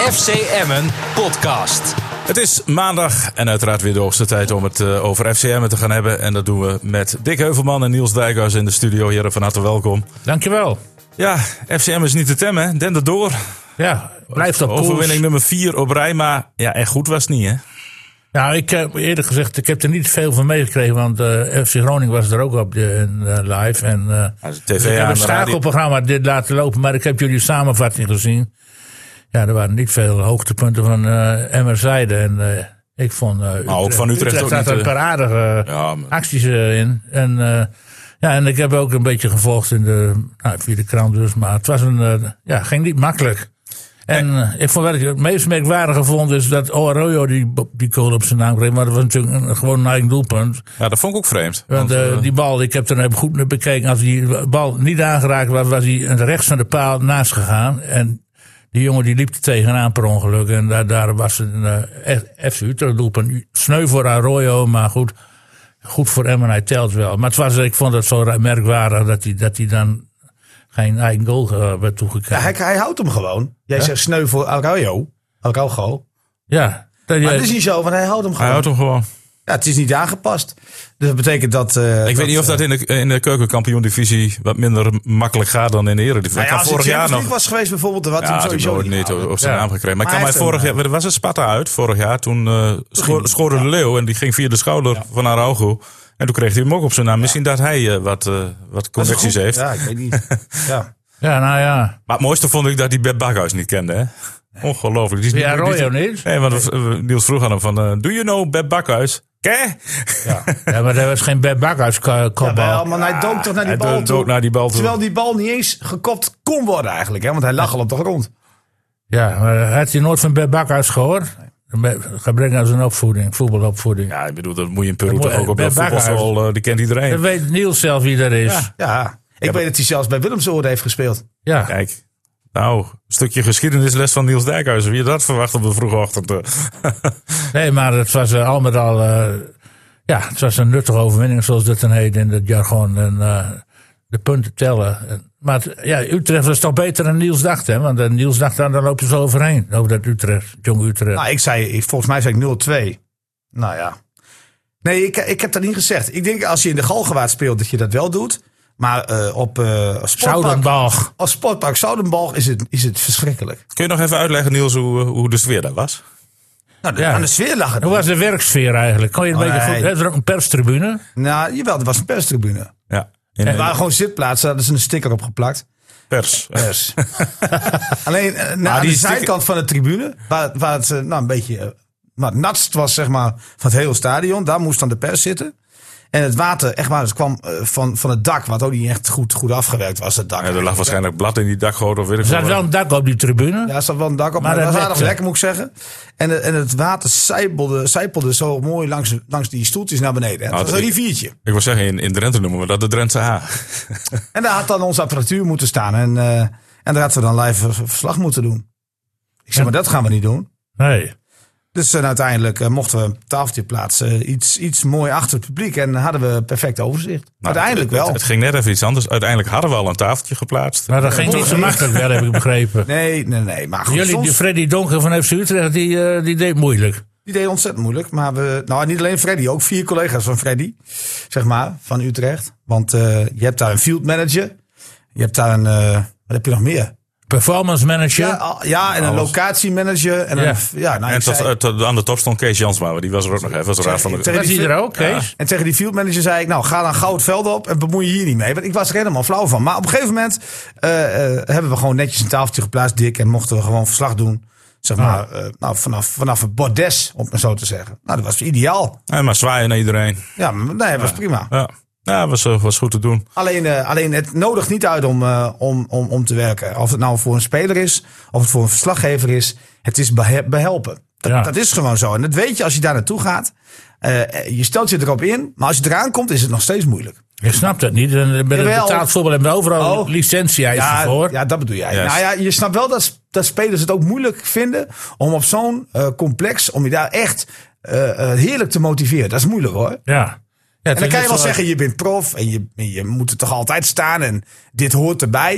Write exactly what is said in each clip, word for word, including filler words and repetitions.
F C Emmen podcast. Het is maandag en uiteraard weer de hoogste tijd om het uh, over F C Emmen te gaan hebben. En dat doen we met Dick Heuvelman en Niels Dijkhuis in de studio. Heren, van harte welkom. Dankjewel. Ja, F C Emmen is niet te temmen. Den erdoor. Ja, blijft op koers. Overwinning nummer vier op rij, maar ja, echt goed was het niet, hè? Nou, ik heb eerder gezegd, ik heb er niet veel van meegekregen, want uh, F C Groningen was er ook op de, uh, live. En, uh, ja, T V dus ik heb het schakelprogramma dit laten lopen, maar ik heb jullie samenvatting gezien. Ja, er waren niet veel hoogtepunten van uh, Emmerzijde. En uh, ik vond uh, maar ook van Utrecht, Utrecht ook had niet, een paar aardige ja, maar... acties uh, in. En, uh, ja, en ik heb ook een beetje gevolgd in de, nou, via de krant dus, maar het was een, uh, ja, ging niet makkelijk. En uh, ik vond wat ik het meest merkwaardige vond is dat Arroyo die, die goal op zijn naam kreeg. Maar dat was natuurlijk een, gewoon een eigen doelpunt. Ja, dat vond ik ook vreemd. Want, want uh, die bal, ik heb er even goed naar bekeken. Als die bal niet aangeraakt was, was hij rechts van de paal naast gegaan. En die jongen die liep er tegenaan per ongeluk. En daar, daar was een uh, F C Utrecht doelpunt. Sneu voor Arroyo, maar goed. Goed voor Emmen, hij telt wel. Maar het was, ik vond het zo merkwaardig dat hij, dat hij dan geen eigen goal uh, werd toegekend. Ja, hij, hij houdt hem gewoon. Jij ja? zegt sneu voor Araujo. Araujo. Ja. Dat, maar het is niet zo, want hij houdt hem gewoon. Hij houdt hem gewoon. Ja, het is niet aangepast. Dus dat betekent dat... Uh, ik dat, weet niet of dat in de, in de keukenkampioen-divisie wat minder makkelijk gaat dan in de Eredivisie. Nou ja, als vorig het jaar nog was geweest bijvoorbeeld, dan had hij ja, hem sowieso niet, niet op zijn ja. naam gekregen. Maar, maar ik kan mij vorig hem, jaar, was het Sparta uit vorig jaar, toen uh, scho- schoorde ja. de Leeuw en die ging via de schouder ja. van Araujo. En toen kreeg hij hem ook op zijn naam. Ja. Misschien dat hij uh, wat, uh, wat connecties heeft. Ja, ik weet niet. ja. Ja, nou ja. Maar het mooiste vond ik dat hij Bert Bakhuis niet kende, hè? Ongelooflijk. Die is ja, Arroyo niet? Nee, want nee. Niels vroeg aan hem van, uh, do you know Bert Bakhuis? Ké? Ja. ja, maar dat was geen Bert Bakhuis kopbal. Ja, maar hij dook toch naar die, bal, dook naar die bal toe. Terwijl die bal niet eens gekopt kon worden eigenlijk, hè? Want hij lag al op de grond. Ja, maar had je nooit van Bert Bakhuis gehoord? Gebrek aan zijn opvoeding, voetbalopvoeding. Ja, ik bedoel, dat moet je in Peru toch ook op de voetbalschool, uh, die kent iedereen. Dat weet Niels zelf wie dat is. Ja, ja. ik ja, weet dat hij zelfs bij Willemsoorde heeft gespeeld. Ja. Kijk, nou, een stukje geschiedenisles van Niels Dijkhuis. Wie je dat verwacht op de vroege ochtend? Nee, maar het was uh, al met al, uh, ja, het was een nuttige overwinning, zoals dat dan heet in het jargon. En uh, de punten tellen. Maar het, ja, Utrecht was toch beter dan Niels dacht, hè? Want uh, Niels dacht, dan lopen ze overheen. Over dat Utrecht, jong Utrecht. Nou, ik zei, volgens mij zei ik nul twee. Nou ja. Nee, ik, ik heb dat niet gezegd. Ik denk als je in de Galgenwaard speelt, dat je dat wel doet. Maar uh, op uh, Sportpark, als Sportpark Zoudenbalg is het, is het verschrikkelijk. Kun je nog even uitleggen, Niels, hoe, hoe de sfeer daar was? Nou, de, ja. aan de sfeer lag het. Hoe was de werksfeer eigenlijk? Kon je een oh, beetje nee. goed? Is er ook een perstribune? Nou, jawel, er was een perstribune. Ja. Er waren gewoon zitplaatsen, daar hadden ze een sticker op geplakt. Pers. Pers. Alleen uh, nou, aan de sticker... zijkant van de tribune, waar, waar het uh, nou, een beetje uh, nou, natst was, zeg maar, van het hele stadion. Daar moest dan de pers zitten. En het water, echt waar, het kwam uh, van, van het dak, wat ook niet echt goed, goed afgewerkt was. Het dak. Ja, er lag waarschijnlijk blad in die dakgoot. Of weet ik er zat wel een dak op die tribune. Ja, er zat wel een dak op, maar, maar dat was aardig lekker, moet ik zeggen. En, uh, en het water sijpelde, sijpelde zo mooi langs, langs die stoeltjes naar beneden. Het nou, was een riviertje. Ik, ik wil zeggen, in, in Drenthe noemen we dat de Drentse A. En daar had dan onze apparatuur moeten staan. En, uh, en daar hadden we dan live verslag moeten doen. Ik zeg, maar dat gaan we niet doen. Nee. Dus uh, uiteindelijk uh, mochten we een tafeltje plaatsen. Uh, iets, iets mooi achter het publiek. En hadden we perfect overzicht. Nou, uiteindelijk het, wel. Het, het ging net even iets anders. Uiteindelijk hadden we al een tafeltje geplaatst. Maar dat ging niet zo makkelijk wel, heb ik begrepen. Nee, nee, nee. Maar goed, jullie, soms... die Freddy Donker van F C Utrecht, die, uh, die deed moeilijk. Die deed ontzettend moeilijk. Maar we, nou niet alleen Freddy, ook vier collega's van Freddy. Zeg maar, van Utrecht. Want uh, je hebt daar een field manager. Je hebt daar een, uh, wat heb je nog meer? Performance manager. Ja, ja en een Alles. locatiemanager. En, ja. een, ja, nou, en tot, zei, tot, aan de top stond Kees Jansma. Die was er ook nog even. Was raad van de... Was die er ook, Kees? Ja. En tegen die field manager zei ik, nou ga dan gauw het veld op en bemoei je hier niet mee. Want ik was er helemaal flauw van. Maar op een gegeven moment uh, uh, hebben we gewoon netjes een tafeltje geplaatst, Dick. En mochten we gewoon verslag doen. Zeg maar, ah. uh, nou, vanaf, vanaf het bordes, om het zo te zeggen. Nou, dat was ideaal. Ja, maar zwaaien naar iedereen. Ja, nee, dat was ja. prima. Ja. Ja, was, was goed te doen. Alleen, uh, alleen het nodigt niet uit om, uh, om, om, om te werken. Of het nou voor een speler is, of het voor een verslaggever is. Het is behe- behelpen. Dat, ja. dat is gewoon zo. En dat weet je als je daar naartoe gaat. Uh, je stelt je erop in, maar als je eraan komt is het nog steeds moeilijk. Je snapt het niet. Bij het betaald voetbal hebben we overal oh. licentie-eisen ja, voor. Ja, dat bedoel jij. Yes. Nou ja, je snapt wel dat, dat spelers het ook moeilijk vinden om op zo'n uh, complex, om je daar echt uh, uh, heerlijk te motiveren. Dat is moeilijk hoor. Ja. Ja, en dan kan je wel zo zeggen, je bent prof en je, en je moet er toch altijd staan en dit hoort erbij.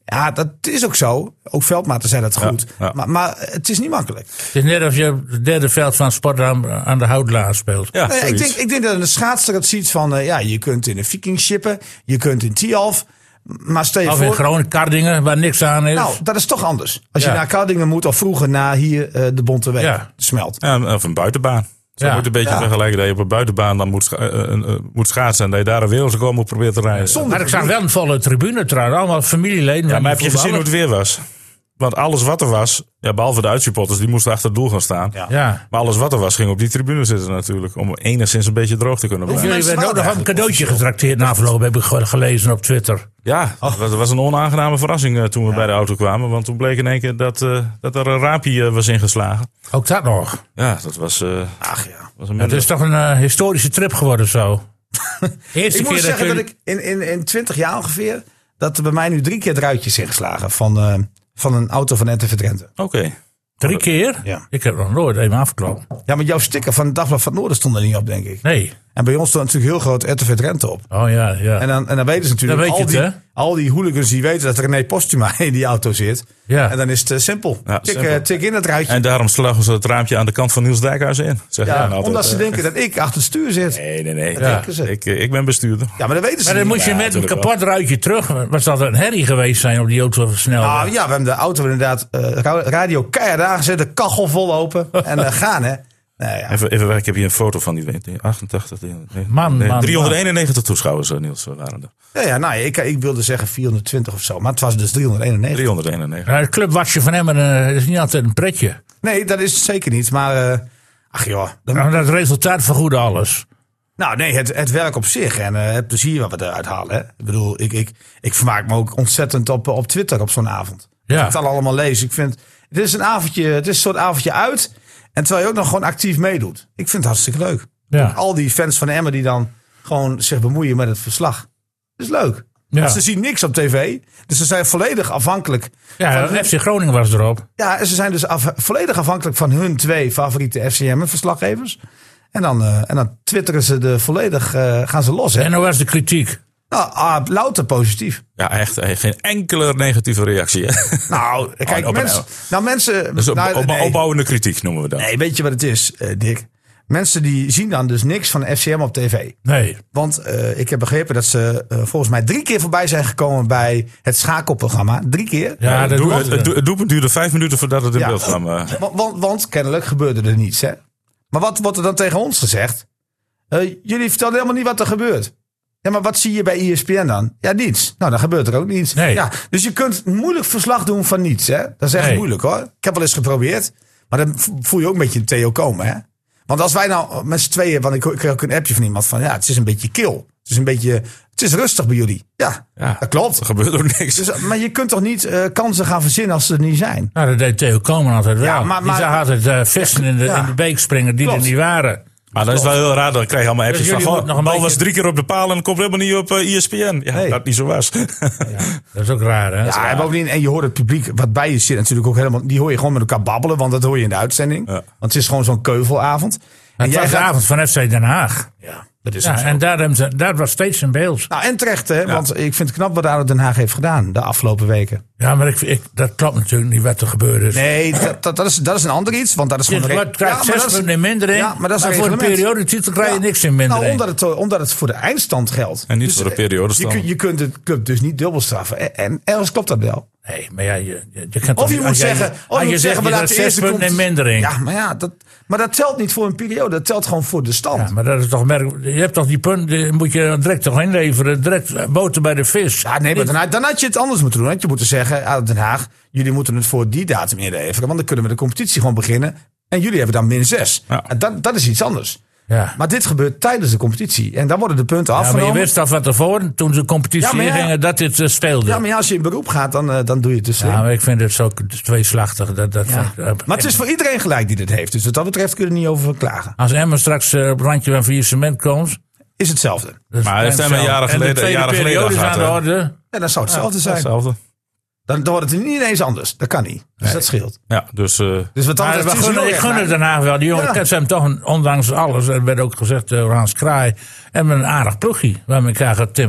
Ja, dat is ook zo. Ook Veldmaten zei dat goed. Ja, ja. Maar, maar het is niet makkelijk. Het is net als je het derde veld van sport aan, aan de Houtlaan speelt. Ja, Nou ja, ik, denk, ik denk dat een schaatser het ziet van... Uh, ja, je kunt in een Viking shippen. Je kunt in Tialf. Maar stel je Of voor... in Groningen, Kardingen, waar niks aan is. Nou, dat is toch anders. Als Ja. je naar Kardingen moet of vroeger naar hier uh, de Bonteweeg. Ja. Smelt. Ja, of een buitenbaan. Zo Ja. moet een beetje Ja. vergelijken dat je op een buitenbaan dan moet, scha- uh, uh, moet schaatsen. En dat je daar een wereldrecord moet proberen te rijden. Zonder Maar ik zag wel een volle tribune trouwens. Allemaal familieleden. Ja, maar heb je gezien hoe het weer was? Want alles wat er was, ja, behalve de uitsupporters, die moesten achter het doel gaan staan. Ja. Ja. Maar alles wat er was, ging op die tribune zitten natuurlijk. Om enigszins een beetje droog te kunnen blijven. Jullie mensen werden ook waren nog een eigenlijk cadeautje getrakteerd na afloop, heb ik ge- gelezen op Twitter. Ja, dat was, dat was een onaangename verrassing uh, toen we bij de auto kwamen. Want toen bleek in één keer dat, uh, dat er een raampje uh, was ingeslagen. Ook dat nog. Ja, dat was, uh, Ach ja. was een Het minder... is toch een uh, historische trip geworden zo. Eerste Ik moet keer zeggen dat jullie- ik in, in, in twintig jaar ongeveer... dat er bij mij nu drie keer druitjes ingeslagen van, uh, van een auto van N T V Drenthe. Oké. Drie keer? Ja. Ik heb nog nooit even afgeklopt. Ja, maar jouw sticker van het Dagblad van het Noorden stond er niet op, denk ik. Nee. En bij ons stond natuurlijk heel groot N T V Drenthe op. Oh ja, ja. En dan, en dan weten ze natuurlijk, Dan weet je al, het, die, hè? al die hooligans die weten dat René Postuma in die auto zit. Ja. En dan is het uh, simpel. Ja, tik, simpel. uh, tik in het ruitje. En daarom slagen ze het raampje aan de kant van Niels Dijkhuizen in. Zeg ja, jij nou altijd, omdat ze uh, denken dat ik achter het stuur zit. Nee, nee, nee. Dat Ja. denken ze. Ik, uh, ik ben bestuurder. Ja, maar dat weten ze Maar dan niet. moet je Ja, met een natuurlijk kapot ruitje terug. Was dat een herrie geweest zijn op die auto snel? Nou ja, we hebben de auto inderdaad uh, radio keihard aangezet. De kachel vol open. En uh, gaan, hè. Nee, ja. Even, even, ik heb hier een foto van die die achtentachtig. Die, nee, Man, nee, man, driehonderdeenennegentig toeschouwers, uh, Niels, waren er. Ja, ja, nou, ik, ik wilde zeggen vierhonderdtwintig of zo. Maar het was dus driehonderdeenennegentig. driehonderdeenennegentig. Ja, het clubwasje van Emmen uh, is niet altijd een pretje. Nee, dat is het zeker niet. Maar, uh, ach joh. Dan, Nou, dat resultaat vergoedt alles. nou nee, het, het werk op zich en uh, het plezier wat we eruit halen. Hè. Ik bedoel, ik, ik, ik vermaak me ook ontzettend op, op Twitter op zo'n avond. Ja. Ik het al allemaal lezen. Ik vind, het is een avondje, het is een soort avondje uit. En terwijl je ook nog gewoon actief meedoet. Ik vind het hartstikke leuk. Ja. Al die fans van Emmen die dan gewoon zich bemoeien met het verslag. Dat is leuk. Ja. Want ze zien niks op tv. Dus ze zijn volledig afhankelijk. Ja, van hun- F C Groningen was erop. ja, en ze zijn dus af- volledig afhankelijk van hun twee favoriete F C Emmen-verslaggevers. En dan, uh, en dan twitteren ze de volledig, uh, gaan ze los. Hè? En hoe was de kritiek? Nou, ah, louter positief. Ja, echt. eh, Geen enkele negatieve reactie. Hè? Nou, kijk, op een- mensen, nou mensen... Dus op, nou, op, nee, opbouwende kritiek noemen we dat. nee, weet je wat het is, uh, Dick? Mensen die zien dan dus niks van F C M op tv. Nee. Want uh, ik heb begrepen dat ze uh, volgens mij drie keer voorbij zijn gekomen bij het schakelprogramma. Drie keer. Ja, het, dat doel- doen het, ze. het, doel- het doelpunt duurde vijf minuten voordat het in Ja. beeld kwam. eh. Want, want, want kennelijk gebeurde er niets. Hè? Maar wat wordt er dan tegen ons gezegd? Uh, jullie vertellen helemaal niet wat er gebeurt. Ja, maar wat zie je bij E S P N dan? Ja, niets. Nou, dan gebeurt er ook niets. Nee. Ja, dus je kunt moeilijk verslag doen van niets. Hè? Dat is echt Nee. moeilijk hoor. Ik heb wel eens geprobeerd. Maar dan voel je ook een beetje een Theo komen. Hè? Want als wij nou met z'n tweeën... Want ik ik kreeg ook een appje van iemand van... Ja, het is een beetje kil. Het is een beetje... Het is rustig bij jullie. Ja, Ja. dat klopt. Er gebeurt ook niks. Dus, maar je kunt toch niet uh, kansen gaan verzinnen als ze er niet zijn? Nou, dat deed Theo Komen altijd wel. Ja, maar- maar- die zag altijd uh, vissen in de, Ja. in de beek springen die Klopt. er niet waren. Maar dat is wel heel raar. Dan krijg je allemaal appjes Dus van... jullie Goh, moeten nog een bal was beetje- drie keer op de paal en komt helemaal niet op uh, E S P N. Ja, Nee. dat niet zo was. Ja, dat is ook raar, hè? Ja, en bovendien, en je hoort het publiek wat bij je zit natuurlijk ook helemaal... Die hoor je gewoon met elkaar babbelen, want dat hoor je in de uitzending. Ja. Want het is gewoon zo'n keuvelavond. En Het jij was de gaat... avond van F C Den Haag. Ja, dat is ook Ja, zo. en daar, hebben ze, daar was steeds in beeld. Nou, en terecht, hè. Want ik vind het knap wat ADO Den Haag heeft gedaan de afgelopen weken. Ja, maar ik, ik, dat klopt natuurlijk niet wat er gebeurd is. Nee, dat, dat, dat, is, dat is een ander iets. Want dat is Je gewoon... krijgt krijgt maar zes dat is- punten in mindering. Ja, maar dat is een voor een reglement. periodetitel krijg je Ja. niks in mindering. Nou, omdat het, omdat het voor de eindstand geldt. En niet Dus, voor de eh, periodestand. Je, kun- je kunt de club dus niet dubbel straffen. En, en ergens klopt dat wel. Nee, maar ja, je, je, je kunt Of toch je niet- moet als jij- zeggen, of als je je moet zegt, zeggen, je we krijgt laten zes eerst punten in mindering. Ja, maar ja, dat, maar dat telt niet voor een periode. Dat telt gewoon voor de stand. Ja, maar dat is toch merk. Je hebt toch die punten, die moet je direct toch inleveren. Direct boter bij de vis. Ja, nee, maar dan, had- dan had je het anders moeten doen. Dan had je moeten zeggen, ADO Den Haag, jullie moeten het voor die datum inleveren. Want dan kunnen we de competitie gewoon beginnen. En jullie hebben dan min zes. Ja. En dat, dat is iets anders. Ja. Maar dit gebeurt tijdens de competitie. En dan worden de punten Ja, maar afgenomen. je wist al van tevoren, toen ze de competitie Ja, maar ja. ingingen, dat dit uh, speelde. Ja, Ja, maar ja, als je in beroep gaat, dan, uh, dan doe je het dus. maar ik vind het zo tweeslachtig. Dat, dat Ja. vind ik, uh, Maar het is voor iedereen gelijk die dit heeft. Dus wat dat betreft kun je er niet over klagen. Als Emmen straks uh, op het randje van faillissement komt. Is hetzelfde. dat is Maar heeft Emmen hetzelfde. jaren En de geleden- tweede jaren geleden periode is gehad, aan de hè? orde. Ja, dan zou hetzelfde zijn. Hetzelfde. Dan, dan wordt het niet ineens anders. Dat kan niet. Dus dat scheelt. Ja, dus... uh, Dus wat dan Maar betreft we is het gunnen, heel ik erg gun het naar- Den Haag wel. Die jongen, Ja. ze hebben toch, een, ondanks alles, er werd ook gezegd door Hans Kraai, hebben een aardig ploegje waar elkaar getimmerd.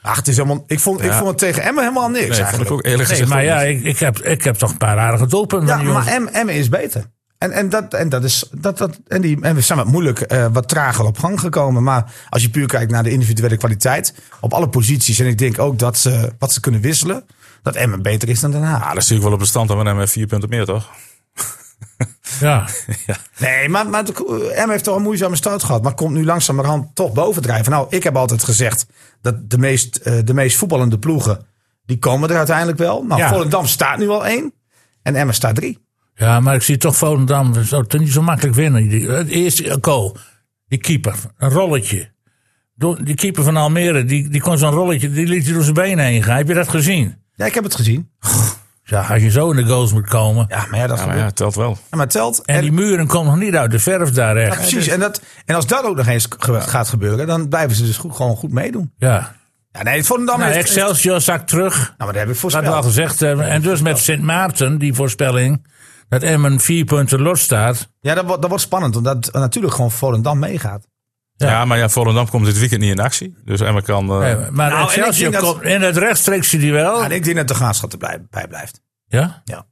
Ach, het is helemaal, ik, vond, ja. ik vond het tegen Emmen helemaal niks nee, eigenlijk. Vond ik ook eerlijk gezegd nee, maar ja, ik, ik, heb, ik heb toch een paar aardige doelpunten. Ja, van die maar jongens. Emmen is beter. En, en, dat, en, dat is, dat, dat, en, die, en we zijn wat moeilijk uh, wat trager op gang gekomen. Maar als je puur kijkt naar de individuele kwaliteit op alle posities. En ik denk ook dat ze wat ze kunnen wisselen. Dat Emmen beter is dan Den Haag. Ja, dat zie ik wel op de stand. Dan Emmen vier punten meer, toch? Ja. ja. Nee, maar, maar Emmen heeft toch een moeizame start gehad. Maar komt nu langzamerhand toch bovendrijven. Nou, ik heb altijd gezegd dat de meest, uh, de meest voetballende ploegen, die komen er uiteindelijk wel. Nou, ja. Volendam staat nu al één. En Emmen staat drie. Ja, maar ik zie toch Volendam zou het niet zo makkelijk winnen. Het eerste goal, die keeper, een rolletje. Die keeper van Almere, die, die kon zo'n rolletje, die liet hij door zijn benen heen gaan. Heb je dat gezien? Ja, ik heb het gezien. Ja, als je zo in de goals moet komen. Ja, maar ja, dat ja, maar ja, het telt wel. Ja, maar het telt. En, en die muren komen nog niet uit de verf daar echt. Ja, precies. En, dat, en als dat ook nog eens gaat gebeuren, dan blijven ze dus goed, gewoon goed meedoen. Ja. Ja, nee, het Volendam nou, heeft... Excelsior zakt terug. Nou, maar dat heb ik voorspeld. Dat had al gezegd. En dus met Sint Maarten, die voorspelling, dat Emmen vier punten los staat. Ja, dat wordt, dat wordt spannend, omdat natuurlijk gewoon Volendam meegaat. Ja. ja, maar ja, Volendam komt dit weekend niet in actie. Dus Emmen kan... Uh... Nee, maar nou, Excelsior dat... komt in het rechtstreekse duel. Ja, en ik denk dat de Graafschap erbij bij blijft. Ja? Ja.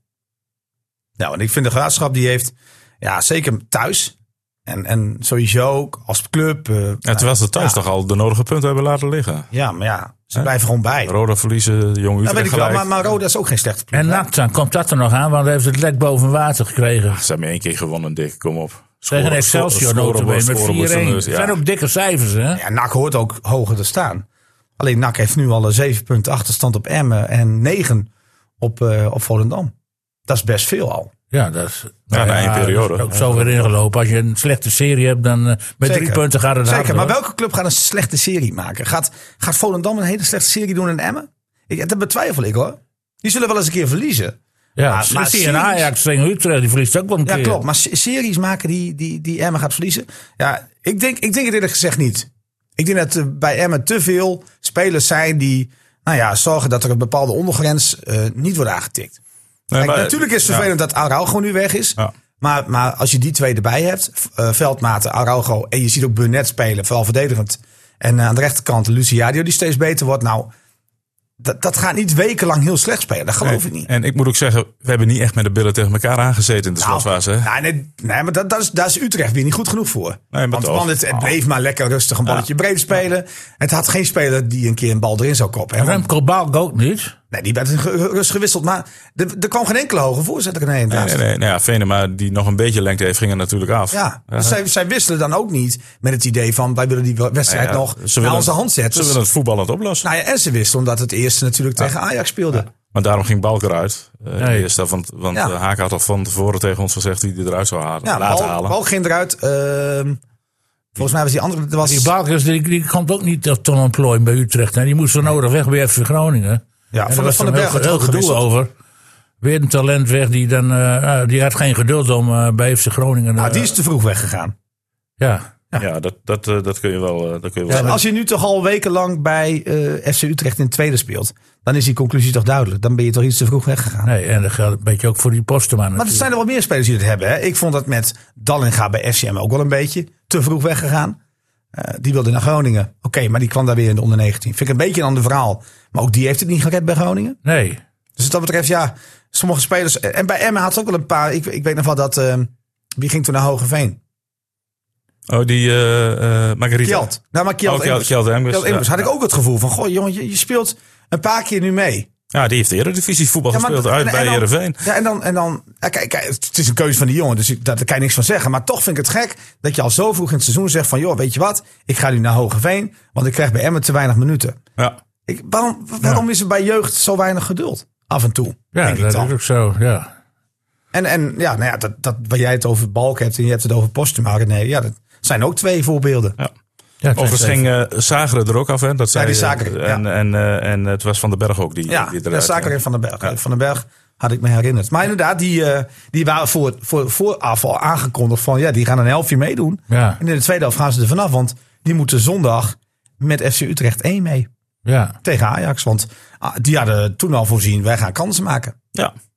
Nou, en ik vind de Graafschap, die heeft, ja, zeker thuis. En, en sowieso als club. Uh, ja, terwijl ze thuis ja. toch al de nodige punten hebben laten liggen. Ja, maar ja, ze He? blijven gewoon bij. Roda verliezen, Jong Utrecht Dat weet ik gelijk. wel, maar, maar Roda is ook geen slechte ploeg. En Nathan, komt dat er nog aan? Want hij heeft het lek boven water gekregen. Ach, ze hebben één keer gewonnen, Dick. Kom op. Tegen Excelsior notabene met vier één. Het zijn ook dikke cijfers, hè? Ja, N A C hoort ook hoger te staan. Alleen N A C heeft nu al een zeven punten achterstand op Emmen en negen op, uh, op Volendam. Dat is best veel al. Ja, dat is, ja, na één periode. Dat is ook zo weer ingelopen. Als je een slechte serie hebt, dan uh, met Zeker. drie punten gaat het hard. Zeker, maar welke club gaat een slechte serie maken? Gaat, gaat Volendam een hele slechte serie doen in Emmen? Ik, dat betwijfel ik, hoor. Die zullen wel eens een keer verliezen. Ja, maar, maar series, Ajax tegen Utrecht, die verliest ook wel een ja, keer. Ja, klopt. Maar series maken die, die, die Emmen gaat verliezen. Ja, ik denk, ik denk het eerlijk gezegd niet. Ik denk dat er bij Emmen te veel spelers zijn die, nou ja, zorgen dat er een bepaalde ondergrens uh, niet wordt aangetikt. Nee, Kijk, maar, natuurlijk is het vervelend ja. dat Araujo nu weg is. Ja. Maar, maar als je die twee erbij hebt, uh, Veldmaten, Araujo, en je ziet ook Burnett spelen, vooral verdedigend. En uh, aan de rechterkant Luciadio die steeds beter wordt. Nou, dat, dat gaat niet wekenlang heel slecht spelen. Dat geloof nee, ik niet. En ik moet ook zeggen, we hebben niet echt met de billen tegen elkaar aangezeten in de nou, slotfase. Hè? Nee, nee, nee, maar dat, dat, is, daar is Utrecht weer niet goed genoeg voor. Nee, want man, het, het bleef maar lekker rustig een balletje ja. breed spelen. Het had geen speler die een keer een bal erin zou koppen. Remco Balk ook niet. Nee, die werd rust gewisseld. Maar er, er kwam geen enkele hoge voorzetter in. Nee, nee, nee. Nou ja, Venema die nog een beetje lengte heeft, ging er natuurlijk af. Ja, ja. Dus zij, zij wisselen dan ook niet met het idee van wij willen die wedstrijd ja, ja. nog naar onze hand zetten. Ze willen het voetballend oplossen. Nou ja, en ze wisselen omdat het eerste natuurlijk ja. tegen Ajax speelde. Ja. Maar daarom ging Balk eruit. Uh, nee. Eerst, want want ja. Haak had al van tevoren tegen ons gezegd wie die eruit zou halen, ja, laten Balk, halen. Balk ging eruit. Uh, volgens mij was die andere... Was... Die Balkers die, die komt ook niet tot een plooi bij Utrecht. Hè. Die moest zo nodig weg bij F C Groningen. Ja, en van, er van de Berg heel, heel gedoe over. Weer een talent weg die dan... Uh, die had geen geduld om uh, bij F C Groningen... Uh, nou, die is te vroeg weggegaan. Ja. Ja, ja dat, dat, uh, dat kun je wel... Uh, dat kun je wel ja, als je nu toch al wekenlang bij uh, F C Utrecht in het tweede speelt... dan is die conclusie toch duidelijk. Dan ben je toch iets te vroeg weggegaan. Nee, en dat geldt een beetje ook voor die Postema. Maar er zijn er wel meer spelers die het hebben. Hè? Ik vond dat met Dallinga bij F C M ook wel een beetje te vroeg weggegaan. Uh, die wilde naar Groningen. Oké, okay, maar die kwam daar weer in de onder negentien. Vind ik een beetje een ander verhaal. Maar ook die heeft het niet gered bij Groningen. Nee. Dus wat dat betreft, ja, sommige spelers... En bij Emmen had ze ook wel een paar... Ik, ik weet nog wel dat... Uh, wie ging toen naar Hogeveen? Oh, die uh, uh, Margarita. Kjeld. Nou, maar Kjeld oh, Kjeld, Kjeld Embers. Kjeld Embers. Ja, had ik ook het gevoel van... Goh, jongen, je, je speelt een paar keer nu mee. Ja, die heeft de Eredivisie voetbal ja, gespeeld uit en, bij Heerenveen. Ja, en dan... En dan ja, kijk, kijk, het is een keuze van die jongen, dus ik, daar, daar kan je niks van zeggen. Maar toch vind ik het gek dat je al zo vroeg in het seizoen zegt van... joh, weet je wat? Ik ga nu naar Hogeveen, want ik krijg bij Emmen te weinig minuten. Ja. Ik, waarom waarom ja. is er bij jeugd zo weinig geduld? Af en toe. Ja, dat is ook zo, ja. En, en ja, nou ja, dat, dat, waar jij het over Balk hebt en je hebt het over Postuma. Nee, ja, dat zijn ook twee voorbeelden. Ja. Ja, overigens ging uh, Sageren er ook af, hè? Dat zei, ja, die Sageren, en, ja. en, uh, en het was Van den Berg ook die, ja, die eruit. Ja, Sageren en Van den Berg. Ja. Van den Berg had ik me herinnerd. Maar inderdaad, die, uh, die waren voor, voor, vooraf al aangekondigd van... ja, die gaan een helftje meedoen. Ja. En in de tweede helft gaan ze er vanaf. Want die moeten zondag met F C Utrecht één mee. Ja. Tegen Ajax. Want uh, die hadden toen al voorzien, wij gaan kansen maken. Ja.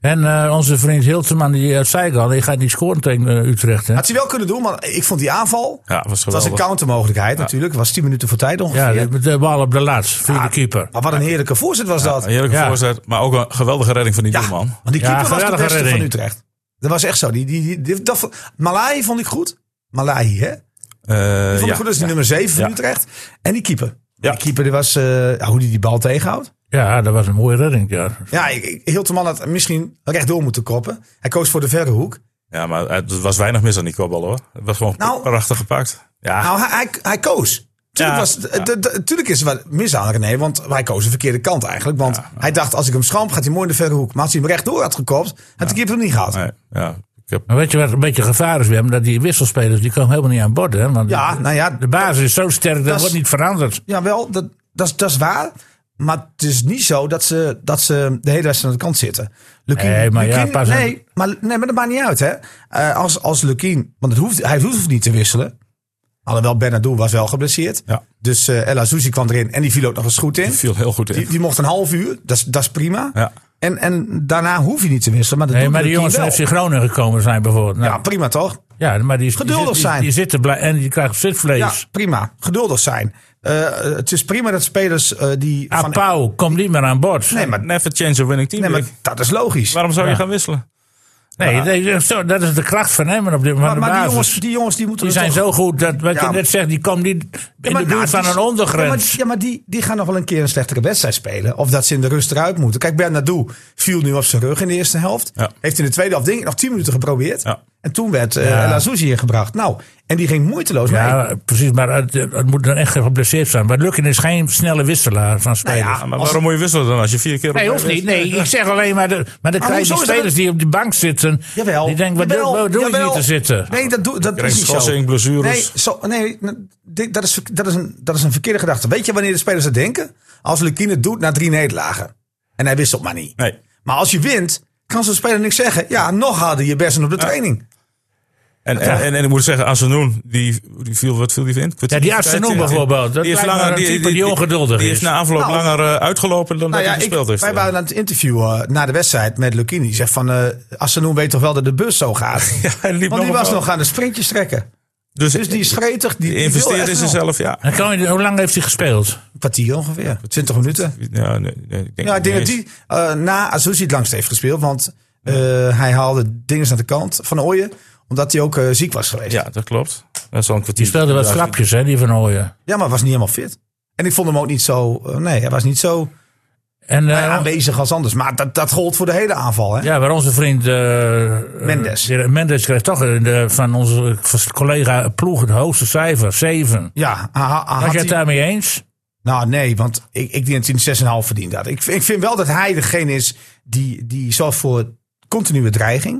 En uh, onze vriend Hilterman, die uh, zei ik al, die gaat niet scoren tegen uh, Utrecht. Hè? Had hij wel kunnen doen, maar ik vond die aanval... Ja, was het was een countermogelijkheid ja. natuurlijk. Het was tien minuten voor tijd ongeveer. Ja, de, de bal op de laats, via ja, de keeper. Maar wat een heerlijke voorzet was ja, dat. Een heerlijke ja. voorzet, maar ook een geweldige redding van die ja, doelman. Want die keeper ja, was de beste redding. van Utrecht. Dat was echt zo. Die, die, die, die, dat, Malahi vond ik goed. Malahi, hè? Uh, die vond ik ja, goed, dat is die ja. nummer zeven van ja. Utrecht. En die keeper. Ja. Die keeper, die was, uh, hoe die die bal tegenhoudt. Ja, dat was een mooie redding. Ja, ja ik, ik, Hilterman had misschien rechtdoor moeten koppen. Hij koos voor de verre hoek. Ja, maar het was weinig mis aan die kopbal hoor. Het was gewoon nou, prachtig gepakt. Ja. Nou, hij, hij, hij koos. Tuurlijk, ja, was, ja. de, de, tuurlijk is er wat mis aan René, want hij koos de verkeerde kant eigenlijk. Want ja, hij dacht, als ik hem schamp, gaat hij mooi in de verre hoek. Maar als hij hem rechtdoor had gekopt, had ja. de keeper hem niet gehad. Nee, ja. Heb... Maar weet je wat een beetje gevaar is, Wim? Dat die wisselspelers, die komen helemaal niet aan bod. Hè? Want ja, nou ja, de basis is zo sterk, dat, dat wordt niet veranderd. Jawel, dat, dat, dat is waar. Maar het is niet zo dat ze, dat ze de hele wedstrijd aan de kant zitten. Lukien, nee, maar Lukien, ja, pas nee, maar, nee, maar dat maakt niet uit. Hè? Uh, als, als Lukien, want het hoeft, hij hoeft niet te wisselen. Alhoewel Bernardo was wel geblesseerd. Ja. Dus uh, El Azzouzi kwam erin en die viel ook nog eens goed in. Die viel heel goed in. Die, die mocht een half uur, dat is, dat is prima. Ja. En, en daarna hoef je niet te wisselen. Maar, dat nee, maar die jongens van F C Groningen gekomen zijn bijvoorbeeld. Nou, ja, prima toch? Ja, maar die, geduldig die, die, zijn. Die, die zitten blij, en die krijgen zitvlees. Ja, prima. Geduldig zijn. Uh, het is prima dat spelers uh, die... Ah, van... Pauw, komt niet meer aan boord. Nee, maar never change a winning team. Nee, maar dat is logisch. Waarom zou je ja. gaan wisselen? Nee, ja. nee, dat is de kracht van hem op dit moment. Maar, maar die, jongens, die jongens die moeten die zijn toch... zo goed dat wat ja. je net zegt, die komen niet in ja, de buurt nou, van een ondergrens. Ja, maar, ja, maar die, die gaan nog wel een keer een slechtere wedstrijd spelen. Of dat ze in de rust eruit moeten. Kijk, Bernardo viel nu op zijn rug in de eerste helft. Ja. Heeft in de tweede helft denk ik nog tien minuten geprobeerd. Ja. En toen werd uh, ja. El Azzouzi ingebracht. Nou, en die ging moeiteloos mee. Ja, precies, maar het, het moet dan echt geblesseerd zijn. Maar Lukien is geen snelle wisselaar van spelers. Nou ja, maar waarom moet je wisselen dan als je vier keer op Nee, hoeft niet. Nee, ik zeg alleen maar, de, maar dan krijg je die spelers die op de bank zitten. Jawel. Die denken, wat doe, doe je niet te zitten? Nee, dat, doe, dat is niet schorsing, zo. blessures. Nee, zo, nee dat, is, dat, is een, dat is een verkeerde gedachte. Weet je wanneer de spelers dat denken? Als Lukien het doet na drie nederlagen. En hij wisselt maar niet. Nee. Maar als je wint, kan zo'n speler niks zeggen. Ja, nog harder je best op de training. Ja. En, en, en, en ik moet zeggen, Asenoen, die, die viel, wat viel die in? Ja, die Asenoen bijvoorbeeld. Dat die is langer, die, die, die, die ongeduldig die is. Die is na afloop nou, langer uh, uitgelopen dan nou dat ja, hij gespeeld heeft. Wij waren aan het interview uh, na de wedstrijd met Lukien. Die zegt van, uh, Asenoen weet toch wel dat de bus zo gaat? Ja, hij liep Want die was nog aan de sprintjes trekken. Dus, dus die is gretig. Die, die investeert in zichzelf, ja. En kan je, hoe lang heeft hij gespeeld? Een kwartier ongeveer. twintig minuten. Ja, nee, nee, ik denk, ja, ik denk dat die uh, na Azzouzi het langst heeft gespeeld. Want uh, hij haalde dingen aan de kant van Ooyen. Omdat hij ook uh, ziek was geweest. Ja, dat klopt. Dat is al een kwartier. Die speelde wat grapjes, hè, die van Ooyen. Ja, maar was niet helemaal fit. En ik vond hem ook niet zo... Uh, nee, hij was niet zo en, uh, uh, aanwezig als anders. Maar dat, dat gold voor de hele aanval, hè? Ja, maar onze vriend... Uh, Mendes. Uh, Mendes kreeg toch de, van onze collega ploeg het hoogste cijfer. zeven. Ja. Ha, ha, was jij het daarmee eens? Nou, nee, want ik, ik denk dat hij een zes komma vijf verdiend had. Ik, ik vind wel dat hij degene is die, die zorgt voor continue dreiging.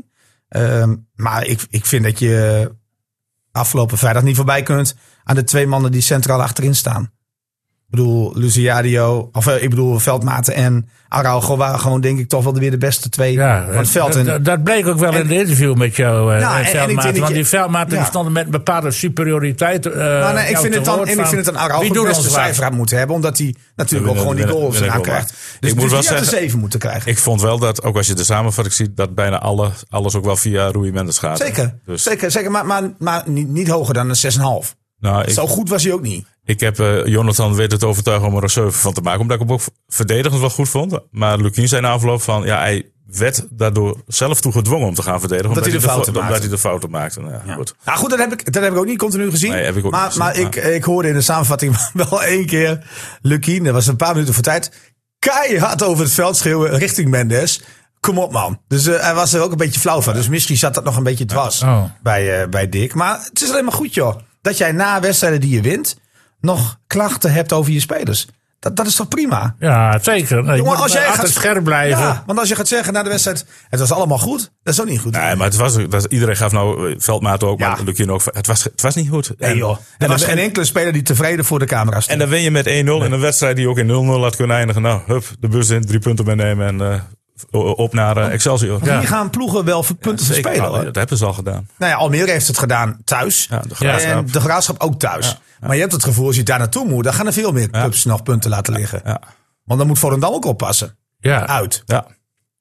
Um, maar ik, ik vind dat je afgelopen vrijdag niet voorbij kunt aan de twee mannen die centraal achterin staan. Ik bedoel, Luciadio, of uh, ik bedoel, Veldmaten en Araujo waren gewoon denk ik toch wel weer de beste twee ja, van het veld. Dat, dat bleek ook wel en, in de interview met jou, uh, nou, Veldmaten. Want die Veldmaten ja. die stonden met een bepaalde superioriteit. Uh, nou, nee, ik vind het dan, en ik vind het dan Araujo het beste cijfer had moeten hebben. Omdat hij natuurlijk ook gewoon die goals eraan krijgt. Dus, ik dus moet die had een zeven moeten krijgen. Ik vond wel dat, ook als je de samenvatting ziet, dat bijna alle, alles ook wel via Rui Mendes gaat. Zeker, dus. zeker, zeker maar, maar, maar niet, niet hoger dan een zes komma vijf. Nou, Zo ik, goed was hij ook niet. Ik heb uh, Jonathan weet het overtuigen om er een zeven van te maken. Omdat ik hem ook verdedigend wel goed vond. Maar Lukien zei na afloop van... Ja, hij werd daardoor zelf toe gedwongen om te gaan verdedigen. Omdat, omdat, hij, de hij, de, omdat hij de fouten maakte. Nou, ja. goed. Nou goed, dat heb, ik, dat heb ik ook niet continu gezien. Nee, heb ik ook maar niet gezien, maar, maar ik, ik hoorde in de samenvatting wel één keer... Lukien, dat was een paar minuten voor tijd... keihard over het veld schreeuwen richting Mendes... Kom op, man. Dus uh, hij was er ook een beetje flauw van. Dus misschien zat dat nog een beetje dwars oh. bij, uh, bij Dick. Maar het is alleen maar goed, joh. Dat jij na wedstrijden die je wint... nog klachten hebt over je spelers. Dat, dat is toch prima? Ja, zeker. Nee, Jongen, als jij altijd gaat, scherp blijven. Ja, want als je gaat zeggen na de wedstrijd... het was allemaal goed, dat is ook niet goed. Nee, maar het was, dat, iedereen gaf nou Veldmaat ook, ja. maar Lukien ook. Het was, het was niet goed. Nee, en, joh. Er en was geen enkele speler die tevreden voor de camera stond. En dan win je met één nul nee. in een wedstrijd die ook in nul nul had kunnen eindigen. Nou, hup, de bus in, drie punten meenemen en... Uh, op naar uh, Excelsior. Ja. Hier gaan ploegen wel voor punten ja, te spelen. Hoor. Dat hebben ze al gedaan. Nou ja, Almere heeft het gedaan thuis. Ja, de Graafschap. En de Graafschap ook thuis. Ja, ja. Maar je hebt het gevoel, als je daar naartoe moet... dan gaan er veel meer clubs ja. nog punten laten liggen. Ja. Want dan moet Volendam ook oppassen. Ja. Uit. Ja.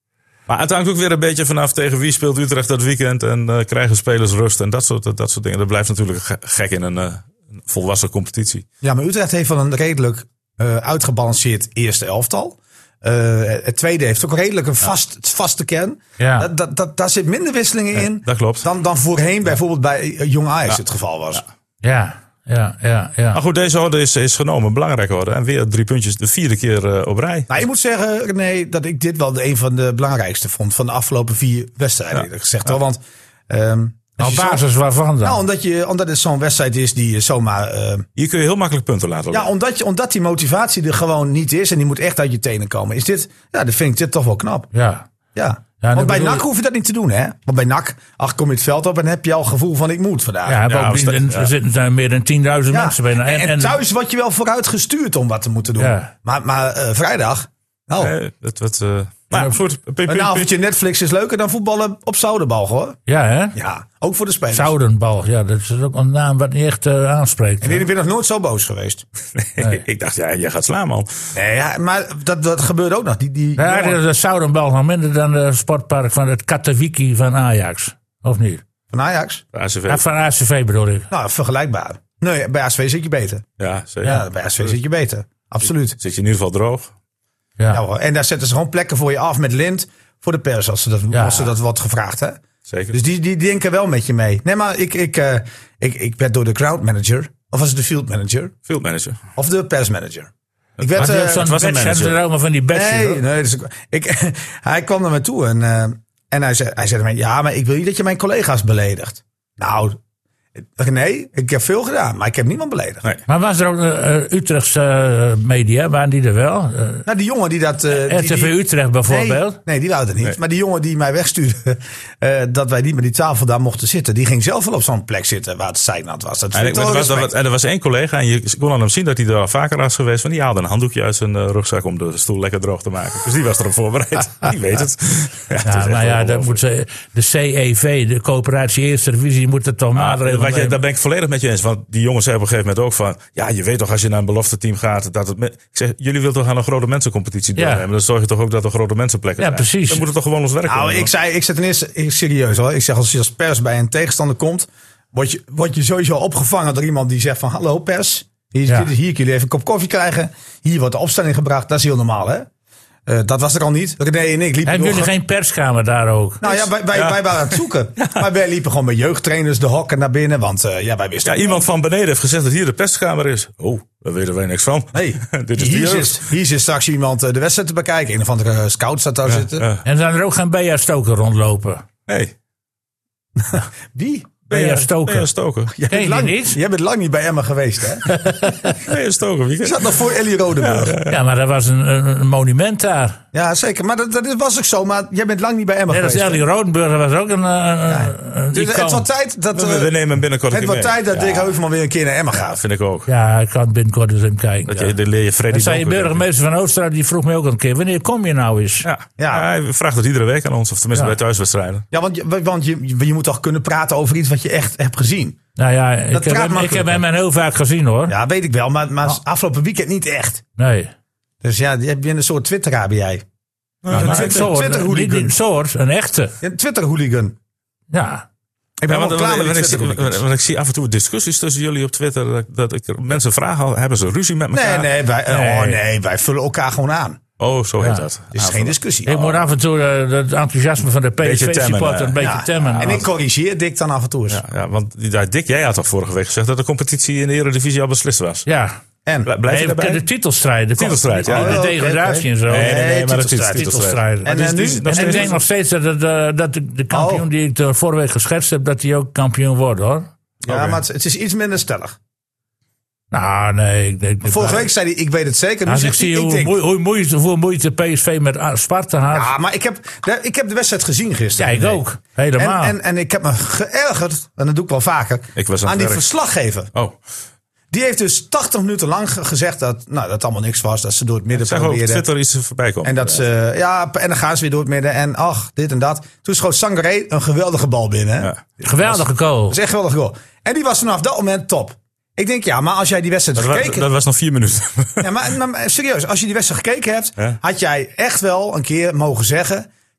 Maar het hangt ook weer een beetje vanaf tegen wie speelt Utrecht dat weekend. En uh, krijgen spelers rust en dat soort, dat soort dingen. Dat blijft natuurlijk gek in een, uh, een volwassen competitie. Ja, maar Utrecht heeft wel een redelijk uh, uitgebalanceerd eerste elftal. Uh, het tweede heeft ook redelijk een vast, vaste kern. Ja. Dat, dat, dat, daar zit minder wisselingen Ja, in dat klopt. Dan, dan voorheen bijvoorbeeld bij Jong Ajax Ja. het geval was. Ja. Ja, ja, ja. ja. Maar goed, deze orde is, is genomen. Belangrijke orde. En weer drie puntjes de vierde keer uh, op rij. Nou, ik moet zeggen, René, dat ik dit wel de, een van de belangrijkste vond van de afgelopen vier wedstrijden. Ja. eerlijk gezegd wel, want um, Op als je basis zo- waarvan dan? nou, omdat, je, omdat het zo'n wedstrijd is die je zomaar... Uh, Hier kun je heel makkelijk punten laten ja, liggen. omdat, je, omdat die motivatie er gewoon niet is en die moet echt uit je tenen komen. Is dit, ja, dan vind ik dit toch wel knap. Ja. Ja. Ja, Want bij bedoel N A C je- hoef je dat niet te doen, hè? Want bij N A C, ach, kom je het veld op en heb je al het gevoel van ik moet vandaag. Ja, Ja, bovendien, als de- er zitten daar meer dan tienduizend Ja. mensen bij. En, en thuis word je wel vooruit gestuurd om wat te moeten doen. Ja. Maar, maar uh, vrijdag, nou, Nee, dat wordt, uh, maar goed, p- p- een p- avondje Netflix is leuker dan voetballen op Zoudenbal, hoor. Ja, hè? Ja, ook voor de spelers. Zoudenbal, ja, dat is ook een naam wat niet echt uh, aanspreekt. En ik ben nog nooit zo boos geweest. Nee. Ik dacht, ja, jij gaat slaan, man. Nee, ja, maar dat, dat gebeurt ook nog. Die, die Ja, jongen de Zoudenbal nog minder dan de sportpark van het Katowiki van Ajax. Of niet? van Ajax, A C V. Ja, van A C V bedoel ik. nou, vergelijkbaar. Nee, bij A C V zit je beter. Ja, zeker. Ja, bij A C V zit je beter. Absoluut. Zit je in ieder geval droog. Ja. Ja, hoor. En daar zetten ze gewoon plekken voor je af met lint voor de pers als ze dat, Ja. als ze dat wordt gevraagd, hè? Zeker. Dus die, die denken wel met je mee. Nee, maar ik, ik, uh, ik, ik werd door de crowd manager, of was het de field manager, Field manager. of de pers manager. Ik werd, Had hij uh, ook zo'n het was een badge, manager. hebben ze er allemaal van die badges, nee, hoor. nee, dus ik, ik, hij kwam naar me toe en, uh, en hij zei, hij zei tegen mij, ja, maar ik wil niet dat je mijn collega's beledigt. Nou, nee, ik heb veel gedaan, maar ik heb niemand beledigd. Nee. Maar was er ook uh, Utrechtse uh, media, waren die er wel? Uh, Nou, die jongen die dat... Uh, die, R T V die- Utrecht bijvoorbeeld? Nee, nee, die wou het niet. Nee. Maar die jongen die mij wegstuurde, uh, dat wij niet meer die tafel daar mochten zitten, die ging zelf wel op zo'n plek zitten waar het zeiknat was. Dat En, vind ik, ik er, wel was, er, respect. was, en er was één collega en je kon aan hem zien dat hij er al vaker was geweest. Want die haalde een handdoekje uit zijn uh, rugzak om de stoel lekker droog te maken. Dus die was erop voorbereid. Die weet het. Ja, het is Ja, echt maar ja, dat ongelooflijk. moet ze, de C E V, de coöperatie Eerste Divisie, moet het toch Maar maatregelen wat je, nemen. daar ben ik volledig met je eens. Want die jongens hebben op een gegeven moment ook van... Ja, je weet toch als je naar een belofte team gaat... dat het, me- ik zeg, jullie willen toch aan een grote mensencompetitie Ja. doornemen? Dan zorg je toch ook dat er grote mensenplekken Ja, zijn. precies. Dan moet het toch gewoon ons werk Nou, doen, ik zei, ik zet ten eerste, ik, serieus hoor. Ik zeg, als je als pers bij een tegenstander komt, word je, word je sowieso opgevangen door iemand die zegt van, hallo pers, hier, Ja. dit is hier, kunnen jullie even een kop koffie krijgen. Hier wordt de opstelling gebracht, dat is heel normaal, hè? Uh, dat was er al niet. René en ik liepen Hebben door. jullie geen perskamer daar ook? Nou ja, wij, wij, Ja. wij waren aan het zoeken. Maar wij liepen gewoon met jeugdtrainers de hokken naar binnen. Want uh, ja, wij wisten... Ja, iemand van beneden heeft gezegd dat hier de perskamer is. Oh, daar weten wij niks van. Nee, Dit is de hier, jeugd. zit, hier zit straks iemand uh, de wedstrijd te bekijken. Een of andere scout staat daar zitten. Ja. En zijn er ook geen B A Stoker rondlopen? Hey, Wie? B A Stoker. Ben je Stoker? Jij Ken je bent, die lang, niet? jij bent lang niet bij Emma geweest, hè? Ben je Stoker? Wie Je zat nog voor Ellie Rodenburg. Ja, maar dat was een, een, een monument daar. Ja, zeker. Maar dat, dat was ook zo. Maar jij bent lang niet bij Emma Net als geweest. Ellie Rodenburg was ook een, een, een Dus het icoon. wordt tijd dat, We, uh, we nemen hem binnenkort een het keer wordt mee. tijd dat Dick Heuvelman weer een keer naar Emma Ja, gaat. vind ik ook. Ja, ik kan binnenkort eens even kijken. Dat ja. je, dan leer je Freddy Dan zei je Donker kennen. burgemeester van Oosterhout, die vroeg mij ook een keer, wanneer kom je nou eens? Ja. Ja. Ja, hij vraagt het iedere week aan ons. Of tenminste Ja. bij thuiswedstrijden. Ja, want, je, want je, je moet toch kunnen praten over iets wat je echt hebt gezien. Nou ja, ik praat heb, hem, ik makkelijk, heb hem heel vaak gezien hoor. Ja, weet ik wel. Maar, maar afgelopen weekend niet echt. Nee. Dus ja, je bent een soort Twitteraar ben jij. Ja, een maar Twitter- een soort, Twitter-hooligan. niet- niet een soort, een echte. Een Twitter-hooligan. Ja. Ik ben Ja, wel want, klaar met want die ik zie, Twitter-hooligans. want ik zie af en toe discussies tussen jullie op Twitter. Dat, dat ik mensen vragen, al, hebben ze ruzie met Nee, elkaar? nee, wij, Nee. Oh, nee, wij vullen elkaar gewoon aan. Oh, zo heet Ja. dat. Het is Ah, geen discussie. Ik moet af en toe uh, het enthousiasme van de Beetje temmen, P S V-supporter eh. een beetje Ja, temmen. en ik corrigeer Dick dan af en toe eens. Ja, ja, want die, ja, Dick, jij had toch vorige week gezegd dat de competitie in de Eredivisie al beslist was? Ja. En? Bl- Blijf je Nee, daarbij? de titelstrijd. De Titelstrijd, ja. De Oh, oké, degradatie oké. en zo. Nee, nee, nee, maar dat is titelstrijd. Titelstrijd. En, Maar die is- eh, die is nu? nog En ik steeds- denk nog steeds dat, het, uh, dat de, de kampioen Oh. die ik de vorige week geschetst heb, dat hij ook kampioen wordt hoor. Ja, Oké. maar het, het is iets minder stellig. Nou, nee. Ik denk, Vorige week zei hij, ik weet het zeker. Nu Als ik zegt hij, zie ik hoe, denk. moe- hoe moeite, hoeveel moeite P S V met A- Sparta had. Ja, maar ik heb, de- ik heb de wedstrijd gezien Ja, gisteren. ik Nee. ook. En, Helemaal. en, en ik heb me geërgerd, en dat doe ik wel vaker, Ik was aan aan het die werk. verslaggever. Oh, Die heeft dus tachtig minuten lang ge- gezegd dat nou, dat allemaal niks was. Dat ze door het midden zeg ook op probeerden. Twitter iets voorbij komen. En dat ze, ja, en dan gaan ze weer door het midden. En ach, dit en dat. Toen schoot Sangaré een geweldige bal binnen. Hè? Ja. Geweldige goal. Dat is echt geweldig goal. En die was vanaf dat moment top. Ik denk, ja, maar als jij die wedstrijd Dat, wa- gekeken dat was nog vier minuten. Ja, maar, maar serieus, als je die wedstrijd gekeken hebt, Ja. had jij echt wel een keer mogen zeggen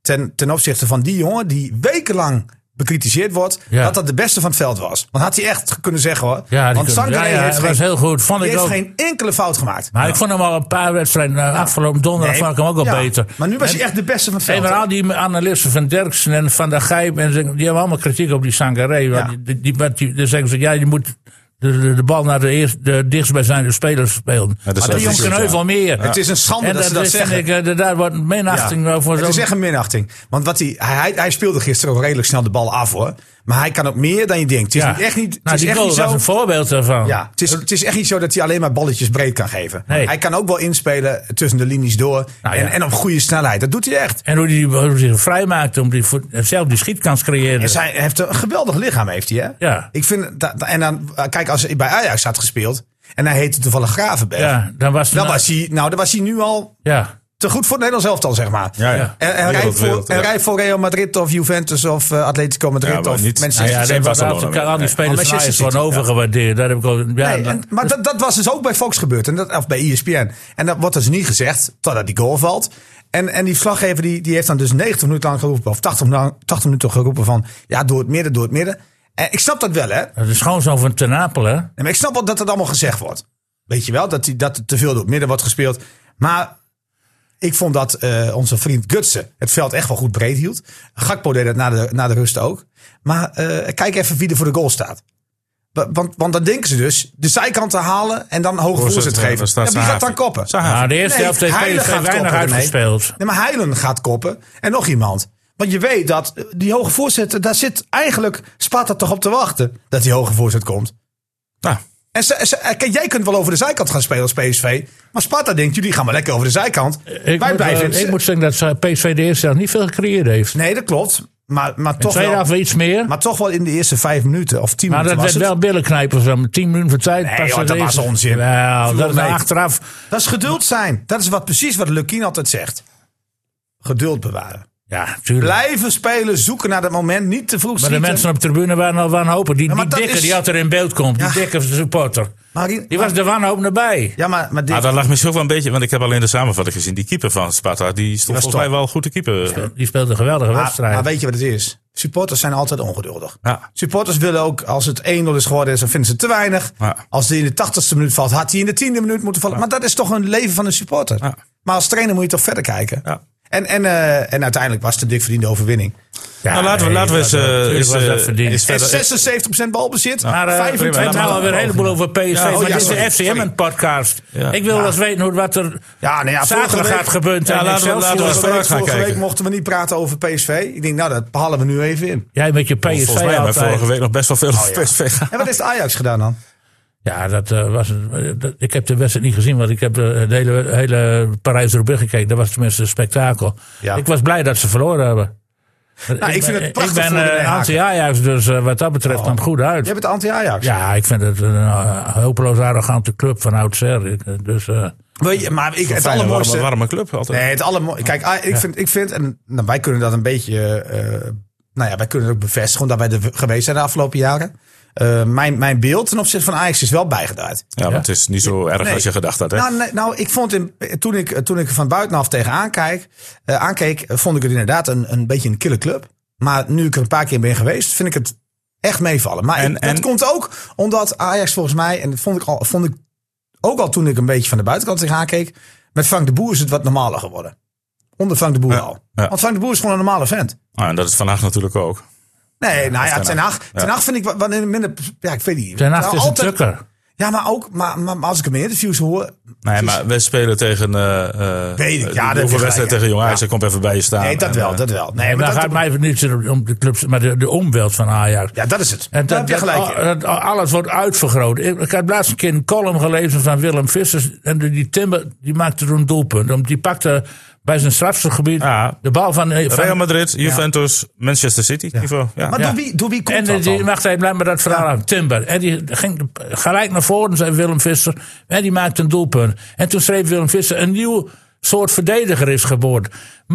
ten, ten opzichte van die jongen die wekenlang bekritiseerd wordt, Ja. dat dat de beste van het veld was. Want had hij echt kunnen zeggen hoor. Ja, die Want kun- Sangaré ja, ja, heeft, dat geen, was heel goed. Vond die ik heeft ook. geen enkele fout gemaakt. Maar ik vond hem al een paar wedstrijden. Uh, afgelopen donderdag Nee, vond ik hem ook al ja, beter. Maar nu was En- hij echt de beste van het En veld. maar hè? al die analisten van Derksen en Van der Gijp, en ze- die hebben allemaal kritiek op die Sangaré. Ja. Die, die, die, die, dan zeggen ze, ja, je moet de, de, de bal naar de, eerste, de dichtstbijzijnde spelers spelen. Ja, dat is maar wel die jongen goed, kunnen ja. heel veel meer. Het is een schande En dat dat, ze dat dat zeggen. vind ik, uh, daar wordt minachting Ja. ja. voor Het zo'n... is echt een minachting. Want wat hij, hij, hij speelde gisteren ook redelijk snel de bal af hoor. Maar hij kan ook meer dan je denkt. Het is Ja. niet- echt niet, het Nou, is die echt goal niet was zo. een voorbeeld daarvan. Ja, het is, het is echt niet zo dat hij alleen maar balletjes breed kan geven. Nee. Hij kan ook wel inspelen tussen de linies door. Nou ja. en, en op goede snelheid. Dat doet hij echt. En hoe hij hoe hij zich vrijmaakt om die, voor- zelf die schietkans te creëren. En zij, hij heeft een geweldig lichaam, heeft hij, hè? Ja. Ik vind dat, en dan, kijk, als hij bij Ajax had gespeeld. En hij heette toevallig Gravenberg. Ja, dan was, Dan nou- was hij, nou, dan was hij nu al Ja. te goed voor het Nederlands elftal, zeg maar. Ja, ja. En, en, Wereld, rijdt voor, wereld, en ja. rijdt voor Real Madrid of Juventus of uh, Atletico Madrid Ja, maar of niet- Manchester Nou ja, City. dat was Barcelona altijd, al die meer. spelers Oh, van Manchester Ajax worden City, ja. overgewaardeerd. Daar heb ik al, ja, Nee, dan- en, maar dat, dat was dus ook bij Fox gebeurd. En dat, of bij E S P N. En dat wordt dus niet gezegd, totdat die goal valt. En, en die verslaggever die, die heeft dan dus negentig minuten lang geroepen. Of tachtig, lang- tachtig minuten geroepen van, ja, door het midden, door het midden. En ik snap dat wel, hè. dat is gewoon zo van Ten Apel, hè? Nee, maar ik snap wel dat het allemaal gezegd wordt. Weet je wel, dat, die, dat er te veel door het midden wordt gespeeld. Maar ik vond dat eh, onze vriend Gutsen het veld echt wel goed breed hield. Gakpo deed dat na de, na de rust ook. Maar eh, kijk even wie er voor de goal staat. Wa- Want, want dan denken ze dus de zijkant te halen en dan hoge Voorzet, voorzet ja, geven. dan staat Ja, wie gaat Zahavi. dan koppen? Zahavi. Nou, de eerste Nee, helft heeft Heilen P S V gaat weinig koppen, nee. uitgespeeld. Nee, maar Heilen gaat koppen en nog iemand. Want je weet dat eh, die hoge voorzet, daar zit eigenlijk Sparta toch op te wachten dat die hoge voorzet komt. Nou, En ze, ze, kijk, jij kunt wel over de zijkant gaan spelen als P S V. Maar Sparta denkt, jullie gaan maar lekker over de zijkant. Ik, Wij moet, blijven... eh, ik moet zeggen dat P S V de eerste helft niet veel gecreëerd heeft. Nee, dat klopt. Maar, maar, De toch tweede wel, helft iets meer. maar toch wel in de eerste vijf minuten of tien Maar dat minuten werd was wel het. billen knijpen. Zo, tien minuten voor tijd. Nee, pas joh, de dat was eerste- onzin. Wel, dat is Nee. achteraf. Dat is geduld zijn. Dat is wat, precies wat Lukien altijd zegt. Geduld bewaren. Ja, tuurlijk. Blijven spelen, zoeken naar dat moment. Niet te vroeg Maar de schieten. mensen op de tribune waren al wanhopig. Die, Ja, maar die dat dikke is- die altijd in beeld komt. Die Ja. dikke supporter. Maar die, Die was de wanhoop nabij. ja, maar, maar dit, maar dat lag misschien ook wel een beetje, want ik heb alleen de samenvatting gezien. Die keeper van Sparta, die stond was volgens mij top. wel goed te keeper. Die speelde een geweldige maar, wedstrijd. maar weet je wat het is? Supporters zijn altijd ongeduldig. Ja. Supporters willen ook, als het één nul is geworden, is, dan vinden ze het te weinig. Ja. Als die in de tachtigste minuut valt, had hij in de tiende minuut moeten vallen. Maar dat is toch een leven van een supporter. Ja. Maar als trainer moet je toch verder kijken. Ja. En, en, eh, en uiteindelijk was het een dik verdiende overwinning. Ja, nou, laten we, nee, laten we eens, dat- eh, natuurlijk eens, was dat eh, verdiend. eens En verder. zesenzeventig procent balbezit. Maar eh, we vijfentwintig hebben nou alweer een heleboel over P S V. Ja, maar oh, dit ja, is sorry, de F C sorry. M podcast. Ja. Ik wil Ja. wel eens weten hoe, wat er Ja, nou ja, vorige zaterdag week- gaat gebeuren. Ja, tegen laten we- Excelsior. laten we eens Vorige, vooruit week, gaan vorige week kijken. mochten we niet praten over P S V. Ik denk, nou, dat halen we nu even in. Jij met je P S V Volgens mij hebben we altijd. vorige week nog best wel veel over ja. P S V gehad. En wat is de Ajax gedaan dan? Ja, dat eh, was. een- dat- ik heb de wedstrijd niet gezien, want ik heb de, de hele, hele Parijs-Roubaix gekeken. Dat was tenminste een spektakel. Ja. Ik was blij dat ze verloren hebben. Nou, ik vind het prachtig Ik ben voor de eh, Den Haag. anti-Ajax, dus eh, wat dat betreft kwam het goed uit. Jij bent anti-Ajax. Ja, ik vind het een uh, hopeloos arrogante club van oudsher. Ik, eh, Dus, eh, Weet je, maar ik, het Fijne, allermooiste... warme, warme club altijd. Nee, het allermooiste... Kijk, ah, ik vind, ik vind en nou, wij kunnen dat een beetje... eh, nou ja, wij kunnen het ook bevestigen, omdat wij er geweest zijn de afgelopen jaren. Eh, mijn, mijn beeld ten opzichte van Ajax is wel bijgedraaid. Ja, want het is niet zo erg Nee. als je gedacht had. Hè? Nou, nee, nou, ik vond in, toen, ik, toen ik er van buitenaf tegenaan kijk, eh, aankeek, vond ik het inderdaad een, een beetje een kille club. Maar nu ik er een paar keer ben geweest, vind ik het echt meevallen. Maar En- ik- en- dat komt ook omdat Ajax volgens mij, en dat vond ik, al, vond ik ook al toen ik een beetje van de buitenkant tegenaan keek, met Frank de Boer is het wat normaler geworden. Onder Frank de Boer Ja, al. ja. Want Frank de Boer is gewoon een normale vent. Ah, en dat is vandaag natuurlijk ook. Nee, nou ja, Ten Ten Hag. Hag, Ten Hag vind ik wat, wat minder... Ja, ik weet niet. Ten Hag Nou, is een altijd- tukker. Ja, maar ook, maar, maar als ik hem in interviews hoor... Nee, maar we spelen tegen... uh, Weet ik, ja, dat heb je hoeveel gelijk, wedstrijd tegen Jong Ajax. ja. Hij komt even bij je staan. Nee, dat En, wel, eh, dat wel. Nee, Nee, maar maar dan dat, gaat mij even niet om de clubs, maar de, de omweld van Ajax. ja, dat is het. En Daar dat, heb je dat, gelijk in. dat alles wordt uitvergroot. Ik, ik had laatst een keer een column gelezen van Willem Vissers. En die, die Timber die maakte er een doelpunt. Om- Die pakte bij zijn strafschopgebied Ja. de bal van... van Real Madrid, Juventus, Manchester City niveau. Ja. Maar Ja. door, wie, door wie komt en dat die, dan? wacht even, laat me dat verhaal aan. Timber. En die ging gelijk naar voren, zei Willem Visser. En die maakte een doelpunt. En toen schreef Willem Visser, een nieuw soort verdediger is geboren. Man,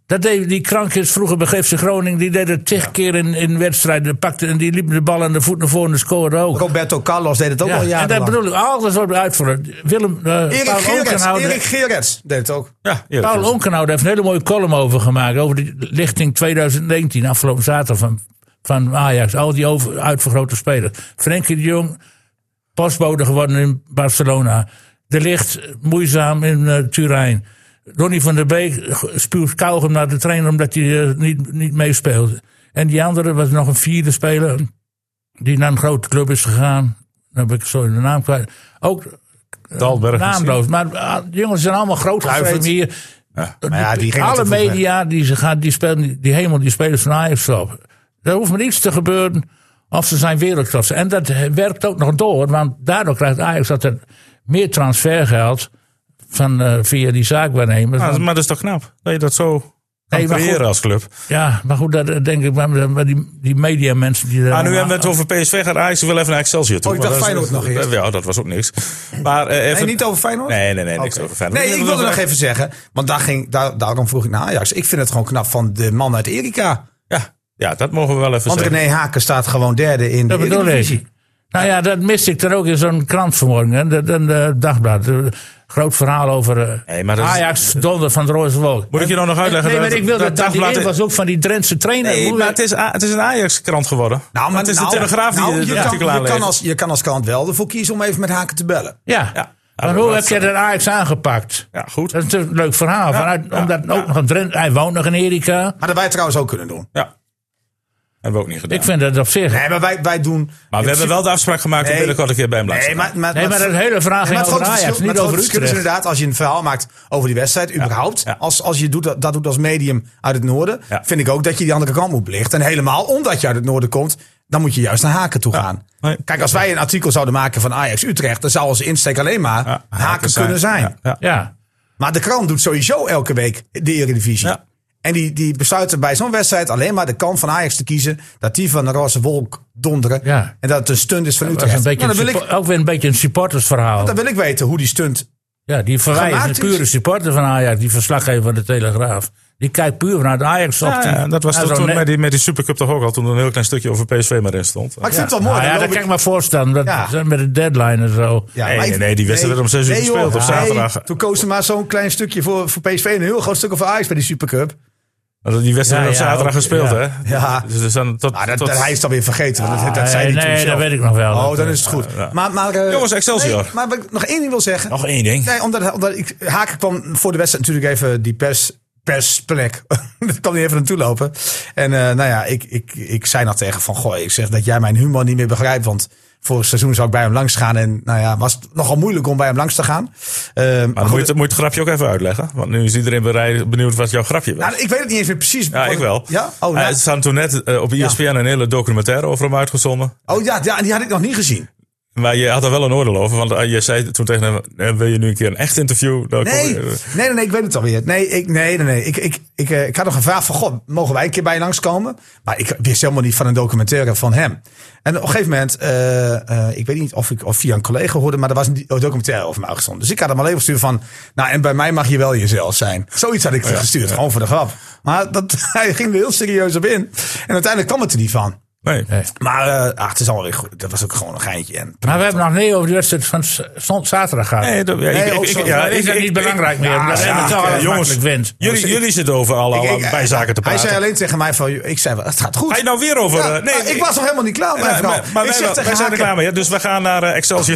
Dat deed die krankjes vroeger bij G F C Groningen. Die deden tig ja. keer in, in wedstrijden. Pakte, en die liepen de bal aan de voet naar voren en scoorde ook. Roberto Carlos deed het ook ja, al jaren. En dat bedoel ik, alles wordt uitvoeren. Willem, uh, Erik Gerrits, Erik Gerrits deed het ook. Ja, Paul Onkenhout heeft een hele mooie column over gemaakt. Over de lichting twintig negentien, afgelopen zaterdag van, van Ajax. Al die over, uitvergrote spelers. Frenkie de Jong, postbode geworden in Barcelona. De Ligt, moeizaam in uh, Turijn. Ronnie van der Beek spuwt kauwgom naar de trainer omdat hij uh, niet, niet meespeelt. En die andere was nog een vierde speler die naar een grote club is gegaan. Dan heb ik zo de naam kwijt. Ook Dalberg naamloos. Maar uh, de jongens zijn allemaal groot geschreven hier. Ja. Die, Ja, die alle media die, ze gaan, die, spelen, die helemaal die spelers van Ajax op. Er hoeft maar iets te gebeuren of ze zijn wereldklasse. En dat werkt ook nog door. Want daardoor krijgt Ajax altijd meer transfergeld van, uh, via die zaakwaarnemers. Ah, maar dat is toch knap dat je dat zo kan nee, creëren goed, als club. Ja, maar goed, dat denk ik. Maar die, die media mensen die... Ah, nu hebben we het over P S V. Gaat Ajax wel even naar Excelsior toe. Oh, ik dacht Feyenoord nog eerst. Ja, dat was ook niks. Maar, uh, even... Nee, niet over Feyenoord? Nee, nee, nee, niks okay. over Feyenoord. Nee, ik wilde nog even zeggen, want daar ging, daar, daarom vroeg ik naar Ajax. Ik vind het gewoon knap van de man uit Erika. Ja, ja, dat mogen we wel even want zeggen. Want René Haken staat gewoon derde in dat de Eredivisie. Nou ja, dat miste ik er ook in zo'n krant vanmorgen. Hè. De, de, de Dagblad. De, groot verhaal over uh, nee, maar Ajax, donder van de Roze Wolk. Moet ik je nou nog uitleggen? Nee, maar dat, ik wil dat, dat, dat die een was ook van die Drentse trainer. Nee, Hoe maar het is, het is een Ajax-krant geworden. Nou, maar het is nou, de Telegraaf nou, die je, de kan, artikel je, aanlevert. kan als, je kan als krant wel ervoor kiezen om even met Haken te bellen. Ja, ja. Maar ja, hoe dat heb je de Ajax aangepakt? Ja, goed. Dat is natuurlijk een leuk verhaal. Ja, Vanuit, ja, omdat ja. ook nog een Drent, hij woont nog in Erika. Maar dat wij trouwens ook kunnen doen. Ja. Hebben we ook niet gedaan. Ik vind dat op zich. Nee, maar wij, wij doen... Maar we hebben wel de afspraak gemaakt nee, om binnenkort een keer bij hem langs te Nee, gaan. maar, maar, Nee, maar dat hele vraag ging over Ajax, niet over Utrecht. Dus inderdaad, als je een verhaal maakt over die wedstrijd, überhaupt. Ja. Als, als je doet, dat doet als medium uit het noorden, Ja. vind ik ook dat je die andere kant moet belichten. En helemaal omdat je uit het noorden komt, dan moet je juist naar Haken toe gaan. Nee. Kijk, als wij een artikel zouden maken van Ajax Utrecht, dan zou onze insteek alleen maar Ja, Haken, Haken zijn. kunnen zijn. Ja, ja. Ja. Maar de krant doet sowieso elke week de Eredivisie. Ja. En die, die besluiten bij zo'n wedstrijd alleen maar de kant van Ajax te kiezen. Dat die van de roze wolk donderen. Ja. En dat het een stunt is van Dat is Utrecht. een beetje Nou, dan, een wil suppo- ook weer een beetje een supportersverhaal. ik, dan wil ik weten hoe die stunt... Ja, die verwijst gemaakt de is. pure supporter van Ajax, die verslaggever van de Telegraaf. Die kijkt puur vanuit Ajax. Ja, op die- ja, dat was naar toch zo'n toen net- met die, met die Supercup toch ook al. Toen er een heel klein stukje over P S V maar in stond. Maar ik vind het wel mooi. Nou ja, dan dat loop kan ik me voorstellen. Dat, Ja. Met de deadline en zo. Ja, Nee, maar nee, ik- nee, die wedstrijd werd om zes uur nee, gespeeld joh, op nee, zaterdag. toen koos ze maar zo'n klein stukje voor, voor P S V en een heel groot stuk voor Ajax bij die Supercup. Die wedstrijd Ja, werd op ja, zaterdag ook, gespeeld, ja. hè? Ja. Dus er zijn tot, Maar dat, tot... dat, hij is dan weer vergeten. Want dat, dat zei hij nee, toen nee, zelf. dat weet ik nog wel. Oh, Dat, dan is het goed. ja. Maar, maar, uh, Jongens, Excelsior. Nee, maar wat ik nog één ding wil zeggen. Nog één ding. Nee, omdat, omdat ik, Haken kwam voor de wedstrijd natuurlijk even die pers, persplek. Dat kwam niet even naartoe lopen. En uh, nou ja, ik, ik, ik zei nog tegen van, goh, ik zeg dat jij mijn humor niet meer begrijpt. Want vorig seizoen zou ik bij hem langs gaan. En nou ja, was het nogal moeilijk om bij hem langs te gaan. Uh, Maar maar dan moet je, het, moet je het grapje ook even uitleggen. Want nu is iedereen berei- benieuwd wat jouw grapje was. nou, ik weet het niet eens meer precies. Ja, ik wel. Ja? Oh, Uh, nou, er staan toen net uh, op E S P N een hele documentaire over hem uitgezonden. oh ja, ja, die had ik nog niet gezien. Maar je had er wel een oordeel over. Want uh, je zei toen tegen hem, eh, wil je nu een keer een echt interview? Dan kom Nee, je- nee, nee, nee, ik weet het alweer. Nee, ik, nee, nee, nee. Ik, ik, ik, eh, ik had nog gevraagd van, god, mogen wij een keer bij je langskomen? Maar ik wist helemaal niet van een documentaire van hem. En op een gegeven moment, uh, uh, ik weet niet of ik of via een collega hoorde, maar er was een documentaire over mij uitgezonden. Dus ik had hem al even gestuurd van, nou, en bij mij mag je wel jezelf zijn. Zoiets had ik ja, gestuurd, ja. gewoon voor de grap. Maar dat, hij ging er heel serieus op in. En uiteindelijk kwam het er niet van. Nee. Nee. Maar uh, ach, het is alweer goed. Dat was ook gewoon een geintje. En Maar we hebben nog niet over de wedstrijd van z- zond- zaterdag gehad. Nee, dat, ja, Nee, ik, ook ik, zo. ik, ja, Maar is ik- dat ik- niet ik- belangrijk meer? Ja, Omdat ja, hij het ja, al jongens, makkelijk wint. Jullie, jullie zitten over alle Ik- ik- bijzaken te Hij praten. zei alleen tegen mij van, ik zei, het gaat goed. Ga je nou weer over... Ja, uh, nee, maar nee, ik was nog helemaal niet klaar met Ja, mijn verhaal. maar, maar ik wij, zeg wel- tegen wij zijn er Haken- klaar mee. hè? Dus we gaan naar uh, Excelsior.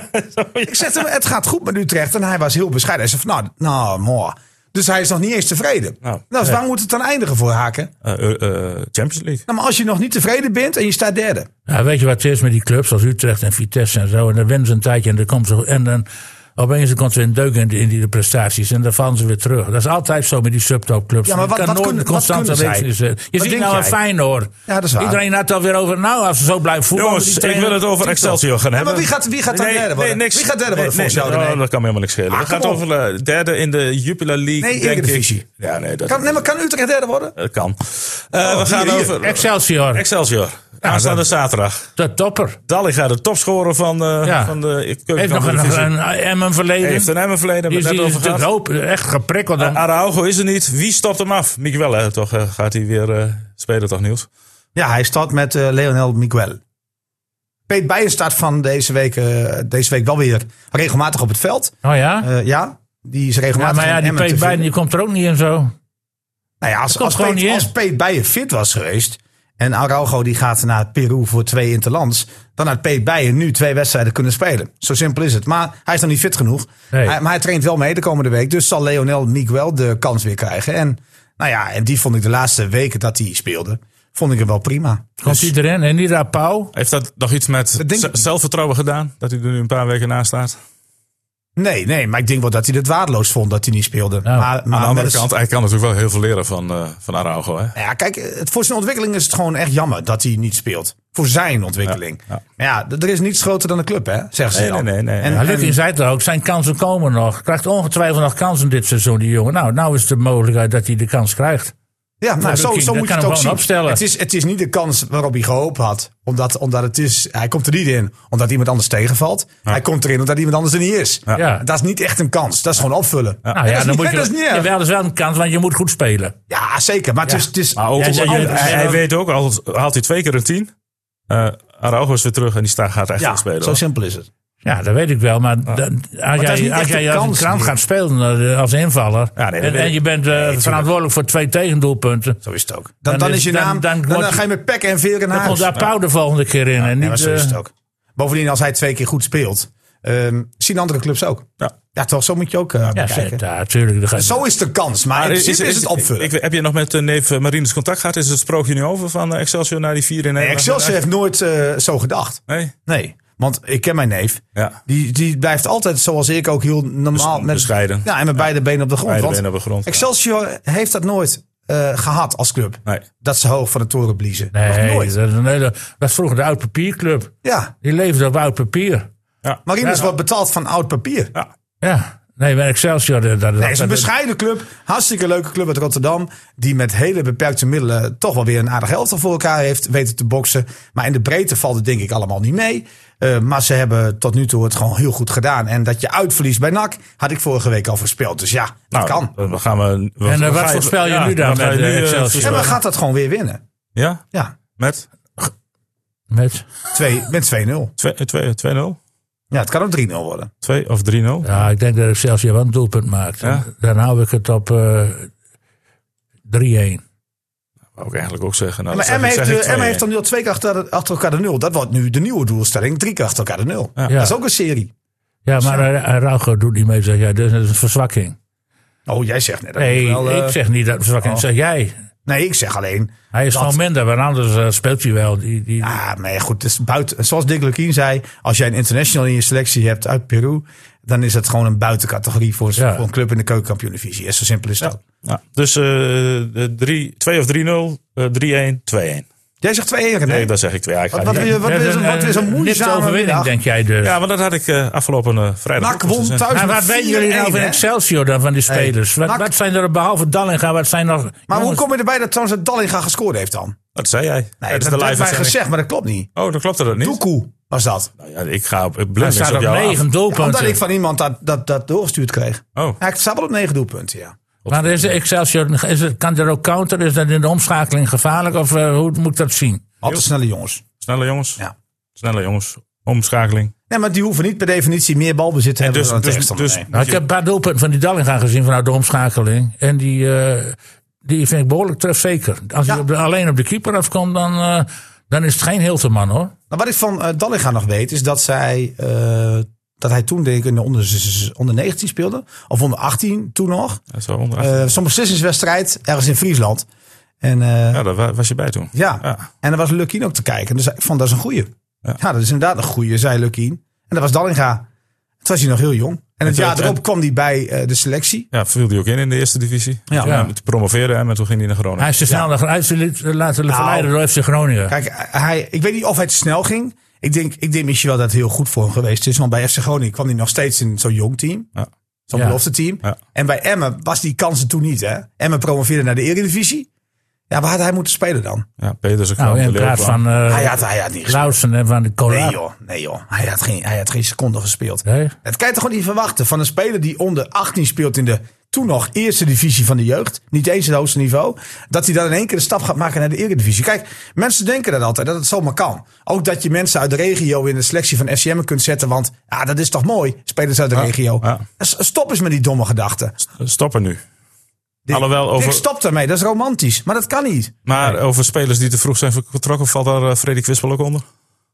Ik zeg hem, het gaat goed met Utrecht. En hij was heel bescheiden. Hij zei van, nou, nou, mooi. Dus hij is nog niet eens tevreden. Nou, Nou, dus waar moet het dan eindigen voor Haken? Uh, uh, uh, Champions League. Nou, maar als je nog niet tevreden bent en je staat derde. Ja, weet je wat het is met die clubs als Utrecht en Vitesse en zo. En dan winnen ze een tijdje en dan komt ze. En dan opeens komt ze een deuk in die, in die prestaties. En dan vallen ze weer terug. Dat is altijd zo met die subtopclubs. Ja, maar wat- Je kan wat nooit kunnen- een constante wat kunnen race zij? zetten. Je Wat ziet denk nou een jij? Feyenoord. Ja, dat is waar. Iedereen had het alweer over. Nou, als ze zo blijven voetballen. Jongens, die ik trainer- wil het over Excelsior gaan Ja, hebben. maar wie gaat, wie gaat dan Nee, derde worden? nee, niks. Wie gaat derde worden Nee, volgens nee, jou? nou, René? dat kan me helemaal niks schelen. Ah, Het gaat kom op. over uh, derde in de Jupiler League, Nee, denk Eredivisie. ik. Ja, nee, dat Kan, nee, maar kan Utrecht derde worden? dat kan. Uh, Oh, we gaan hier, hier. over... Excelsior. Excelsior. Aanstaande zaterdag. De topper. Dallinga, de topscorer van, uh, Ja. van de Heeft nog een, keukenkampioen-divisie. een, Emmen verleden. Heeft een Emmen verleden. Die is, Hebben die we is het net over natuurlijk gehad. hoop, echt geprikkeld. Uh, Dan. Araujo is er niet. Wie stopt hem af? Miguel, hè? Toch uh, gaat hij weer uh, spelen, toch Niels? Ja, hij start met uh, Leonel Miguel. Peet Bijen staat van deze week, uh, deze week wel weer regelmatig op het veld. Oh ja? Uh, ja, die is Ja, regelmatig maar ja, in die Emmen te Peet Bijen vinden. die komt er ook niet in zo. Nou ja, als, komt als, gewoon Peet, niet in. als Peet Bijen fit was geweest en Araujo die gaat naar Peru voor twee interlands, dan had Peet Bijen nu twee wedstrijden kunnen spelen. Zo simpel is het. Maar hij is nog niet fit genoeg. Nee. Hij, maar hij traint wel mee de komende week. Dus zal Leonel Miguel de kans weer krijgen. En nou ja, en die vond ik de laatste weken dat hij speelde, vond ik hem wel prima. Komt Dus- hij erin? En Nira Pauw? Heeft dat nog iets met Dat denk ik z- zelfvertrouwen gedaan? Dat hij er nu een paar weken naast staat? Nee, nee, maar ik denk wel dat hij het waardeloos vond dat hij niet speelde. Nou, maar, Aan maar de andere met- kant, hij kan natuurlijk wel heel veel leren van, uh, van Araujo. Hè? Ja, kijk, het, voor zijn ontwikkeling is het gewoon echt jammer dat hij niet speelt. Voor zijn ontwikkeling. Ja, Ja, ja. d- er is niets groter dan een club, hè? Zeggen ze Nee, dan. nee, nee, nee. En, Ja, en- Lucky zei het ook, zijn kansen komen nog. Krijgt ongetwijfeld nog kansen dit seizoen, die jongen. Nou, nou is de mogelijkheid dat hij de kans krijgt. ja, nou, zo, Lucky, zo dat moet je kan het hem ook gewoon zien. opstellen. Het is, het is niet de kans waarop hij gehoopt had. Omdat, omdat het is, hij komt er niet in omdat iemand anders tegenvalt. Hij komt erin omdat iemand anders er niet is. Ja. Ja. Dat is niet echt een kans. Dat is gewoon opvullen. Nou dat ja, is dan niet- moet je, dat is niet erg. jawel, dat is wel een kans, want je moet goed spelen. Ja, zeker. Maar het is... Het is Maar ook, Ja, ja, ja, hij, ja, hij, ja. hij weet ook, al haalt hij twee keer een tien. Uh, Araujo is weer terug en die staat, gaat echt ja, wel spelen. zo hoor. simpel is het. Ja, dat weet ik wel. Maar da- als dat is niet jij, als echt jij een als een kans krant meer. gaat spelen eh, als invaller. Ja, nee, dat en, weet en ik. je bent eh, verantwoordelijk voor twee tegendoelpunten. Zo is het ook. Dan, Dan dan is- is je dan- naam... dan Dan, wordt dan je- ga je met pek en veer in Dan huis. komt daar Pauw de volgende keer in. en Ja, niet, maar zo is eh, het ook. Bovendien, als hij twee keer goed speelt, um, zien andere clubs ook. Ja. Ja, toch? Zo moet je ook uh, Ja, bekijken. ja, natuurlijk. Dat gaat- Zo is de kans, maar, Maar in principe is, het opvullen. Ik, heb je nog met uh, neef uh, Marines contact gehad? Is het sprookje nu over van uh, Excelsior naar die vier in nee, Nederland? Excelsior heeft nooit uh, zo gedacht. Nee? Nee, want ik ken mijn neef. Ja. Die, die blijft altijd, zoals ik ook, heel normaal. Bes- met, bescheiden. Ja, en met beide benen op de grond. Beide want benen op de grond, ja. Excelsior heeft dat nooit uh, gehad als club. Nee. Dat ze hoog van de toren bliezen. Nog Nee, nooit. dat is, een hele, dat is vroeger de oud papierclub. Ja, Die leefde op oud papier. Marines Ja. wordt betaald van oud papier. Ja. Ja, nee, bij Excelsior. Dat, dat, Nee, het is een dat- bescheiden club. Hartstikke leuke club uit Rotterdam. Die met hele beperkte middelen toch wel weer een aardig elftal voor elkaar heeft weten te boksen. Maar in de breedte valt het denk ik allemaal niet mee. Uh, maar ze hebben tot nu toe het gewoon heel goed gedaan. En dat je uitverliest bij N A C had ik vorige week al voorspeld. Dus ja, dat Nou, kan. Dan gaan we, we, En, uh, we wat gaan- voorspel je ja, nu dan wat ga je met, nu, uh, uh, Excelsior? En voorspellen? dan gaat dat gewoon weer winnen. Ja? Ja, Met Met, twee, met twee nul. twee nul? Ja, het kan ook drie nul worden. twee of drie nul? ja, ik denk dat Excelsior wel een doelpunt maakt. Ja? Dan hou ik het op uh, drie-een. Wou ik eigenlijk ook zeggen. Nou, maar dan Emma zeg ik- heeft, zeg ik uh, Emma heeft twee dan nu al twee keer achter, achter elkaar de nul. Dat wordt nu de nieuwe doelstelling. Drie keer achter elkaar de nul. Ja. Dat is ook een serie. Ja, maar uh, Raucho doet niet mee, zeg jij. Dus dat is een verzwakking. Oh, jij zegt net. dat Nee, moet wel, uh, ik zeg niet dat het verzwakking is. Oh. Zeg jij. Nee, ik zeg alleen. Hij is dat- gewoon minder, want anders uh, speelt hij wel. Die, die, Ja, maar goed, het is buiten, zoals Dick Lukien zei, als jij een international in je selectie hebt uit Peru, dan is het gewoon een buitencategorie voor, Ja. voor een club in de keukenkampioen-divisie. Zo simpel is dat. Ja, dus uh, twee of drie nul, uh, drie-een, twee-een. Jij zegt twee-een, René. Nee, dat zeg ik twee. Ja, ik ga Wat, wat, niet- weer- wat, Dat weer is zo'n- wat weer zo'n moeizame nipte overwinning, middag. denk jij dus. Ja, maar dat had ik uh, afgelopen uh, vrijdag. Nak ook won gezegd. thuis Maar met wat weten jullie nou vier-een, van hè? Excelsior dan, van die spelers? wat, Nak- wat zijn er behalve Dallinga, wat zijn nog... Maar hoe jongens, kom je erbij dat trouwens dat Dallinga gescoord heeft dan? Dat zei jij. Nee, dat dat is de werd live mij uitzending. gezegd, maar dat klopt niet. Oh, dat klopte dat niet. Doekoe was dat. Nou ja, ik ga op ik Hij blind staat op op jou negen af. doelpunten. Omdat ik van iemand dat, dat, dat doorgestuurd kreeg. Oh, Ja, ik sta wel op negen doelpunten, ja. Maar is Excelsior, is het, kan er ook counter? Is dat in de omschakeling gevaarlijk? Of uh, hoe moet ik dat zien? Altijd snelle jongens. snelle jongens. Ja. Snelle jongens. Omschakeling. Nee, maar die hoeven niet per definitie meer balbezit te hebben dus- dan de dus- tegenstander. dus- Nee. Nou, ik heb een paar doelpunten van die Dallinga gezien vanuit de omschakeling. En die, uh, die vind ik behoorlijk trefzeker. Als hij Ja. op de, alleen op de keeper afkomt, dan, uh, dan is het geen Hilterman, hoor. Nou, wat ik van uh, Dallinga nog weet, is dat zij uh, dat hij toen denk ik in de onder, onder negentien speelde. Of onder achttien toen nog. Ja, zo onder Uh, Zo'n beslissingswedstrijd ergens in Friesland. En, uh, ja, daar wa- was je bij toen. ja. Ja. en daar was Lukien ook te kijken. Dus ik vond dat is een goeie. Ja. Ja. dat is inderdaad een goeie, zei Lukien. En dat was Dallinga. Toen was hij nog heel jong. En het En jaar toen- erop kwam hij bij uh, de selectie. Ja, viel die ook in in de eerste divisie. Ja. Ja. Toen promoveerde hem en toen ging hij naar Groningen. Hij is te snel naar, hij is te liet- laten Nou, verleiden door F C Groningen. Kijk, hij, ik weet niet of hij te snel ging. Ik denk, ik denk misschien wel dat het heel goed voor hem geweest is. Want bij F C Groningen kwam hij nog steeds in zo'n jong team. Ja. Zo'n Ja. belofte team. Ja. En bij Emmen was die kansen toen niet. Hè? Emmen promoveerde naar de Eredivisie. Ja, waar had hij moeten spelen dan? Ja, Pedersen kwam. Nou, in de Leeuw plaats kwam. van uh, Hij had, hij had niet gespeeld. Lausen en van de Cola. Nee joh, nee joh. Hij had geen, hij had geen seconde gespeeld. Nee? Dat kan je toch gewoon niet verwachten van een speler die onder achttien speelt in de toen nog eerste divisie van de jeugd. Niet eens het hoogste niveau. Dat hij dan in één keer de stap gaat maken naar de eredivisie. Kijk, mensen denken dat altijd, dat het zomaar kan. Ook dat je mensen uit de regio in de selectie van F C M kunt zetten. Want ja, dat is toch mooi, spelers uit de Ja, regio. ja. Stop eens met die domme gedachten. Stoppen nu. Dick, Alhoewel over- Dick, stop daarmee, dat is romantisch. Maar dat kan niet. Maar over spelers die te vroeg zijn vertrokken, valt daar uh, Freddy Kwispel ook onder?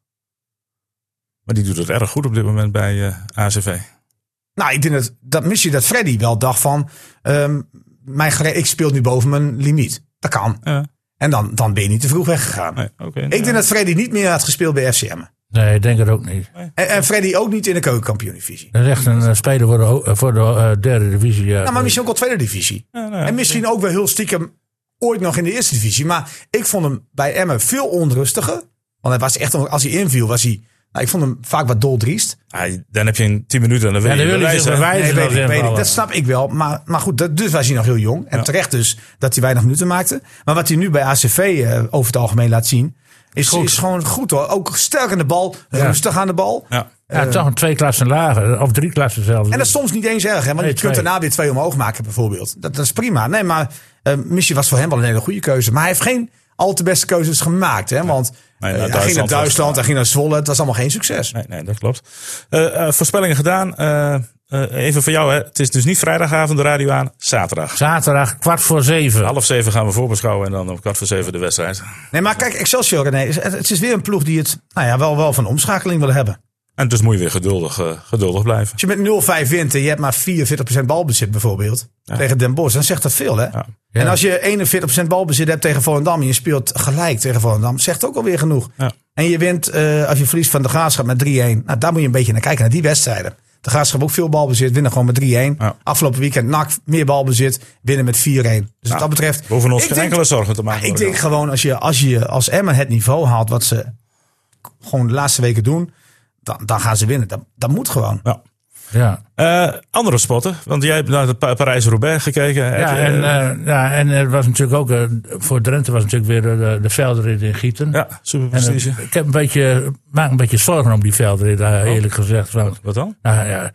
Maar die doet het erg goed op dit moment bij uh, A C V. Nou, ik denk dat, dat misschien dat Freddy wel dacht van... Um, mijn, gere- ik speel nu boven mijn limiet. Dat kan. Ja. En dan, dan ben je niet te vroeg weggegaan. Nee, okay, ik denk dat Freddy niet meer had gespeeld bij F C M. Nee, ik denk het ook niet. En, en Freddy ook niet in de keukenkampioen-divisie. Dat is echt een uh, speler voor de, voor de uh, derde divisie. Ja. Nou, maar misschien ook al tweede divisie. Ja, nou ja. En misschien ook wel heel stiekem ooit nog in de eerste divisie. Maar ik vond hem bij Emmen veel onrustiger. Want hij was echt, als hij inviel, was hij... Nou, ik vond hem vaak wat doldriest. Ah, dan heb je in tien minuten en dan weet Ja, je dan wil hij bewijzen, zich hè? bewijzen. Nee, weet als ik, weet ik. invaller. Dat snap ik wel. Maar, maar goed, dat, dus was hij nog heel jong. En Ja. terecht dus dat hij weinig minuten maakte. Maar wat hij nu bij A C V uh, over het algemeen laat zien... Is, Goed. is gewoon goed hoor. Ook sterk aan de bal. Ja. Rustig aan de bal. Ja. Ja, toch een twee klassen lager. Of drie klassen zelfs. En dat is soms niet eens erg. Hè? Want Nee, je kunt twee. daarna weer twee omhoog maken bijvoorbeeld. Dat, dat is prima. Nee, maar uh, misschien was voor hem wel een hele goede keuze. Maar hij heeft geen al te beste keuzes gemaakt. Hè? Want Nee, uh, naar hij ging naar Duitsland was- Duitsland. Hij ging naar Zwolle. Het was allemaal geen succes. Nee, nee, dat klopt. Uh, uh, voorspellingen gedaan. Uh, uh, even voor jou, hè. Het is dus niet vrijdagavond de radio aan, zaterdag. Zaterdag, kwart voor zeven. Half zeven gaan we voorbeschouwen en dan om kwart voor zeven de wedstrijd. Nee, maar kijk, Excelsior, René, is- het is weer een ploeg die het nou ja, wel, wel van omschakeling wil hebben. En dus moet je weer geduldig, uh, geduldig blijven. Als je met nul vijf wint en je hebt maar vierenveertig procent balbezit bijvoorbeeld. Ja. Tegen Den Bosch, dan zegt dat veel hè. Ja. En Ja. als je eenenveertig procent balbezit hebt tegen Volendam en je speelt gelijk tegen Volendam, zegt ook alweer genoeg. Ja. En je wint, uh, als je verliest van de Graafschap met drie-een. Nou, daar moet je een beetje naar kijken, naar die wedstrijden. De Graafschap ook veel balbezit, winnen gewoon met drie-een. Ja. Afgelopen weekend N A C meer balbezit, winnen met vier-een. Dus Nou, wat dat betreft... Boven ons ik geen denk- enkele zorgen te maken. Ik worden. denk gewoon, als je als, je als Emmen het niveau haalt wat ze gewoon de laatste weken doen, dan, dan gaan ze winnen. Dat, dat moet gewoon. Ja. Ja. Uh, andere spotten, want jij hebt naar de Pa- Parijs-Roubaix gekeken. Heb Ja, je, en, uh, uh, ja, en er was natuurlijk ook, uh, voor Drenthe was natuurlijk weer de, de veldrit in Gieten. ja, super En, uh, prestige. ik heb een beetje, maak een beetje zorgen om die veldrit, uh, eerlijk gezegd. Want, Wat dan? nou, ja,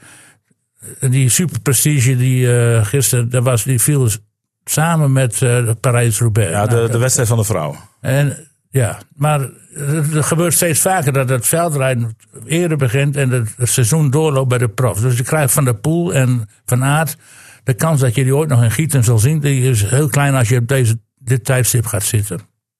die super prestige die uh, gisteren, dat was, die viel dus samen met uh, Parijs-Roubaix. Ja, Nou, de, de wedstrijd van de vrouwen. En ja, maar er gebeurt steeds vaker dat het veldrijden eerder begint en het seizoen doorloopt bij de profs. Dus je krijgt Van der Poel en Van Aert de kans dat je die ooit nog in Gieten zal zien, die is heel klein als je op deze, dit tijdstip gaat zitten.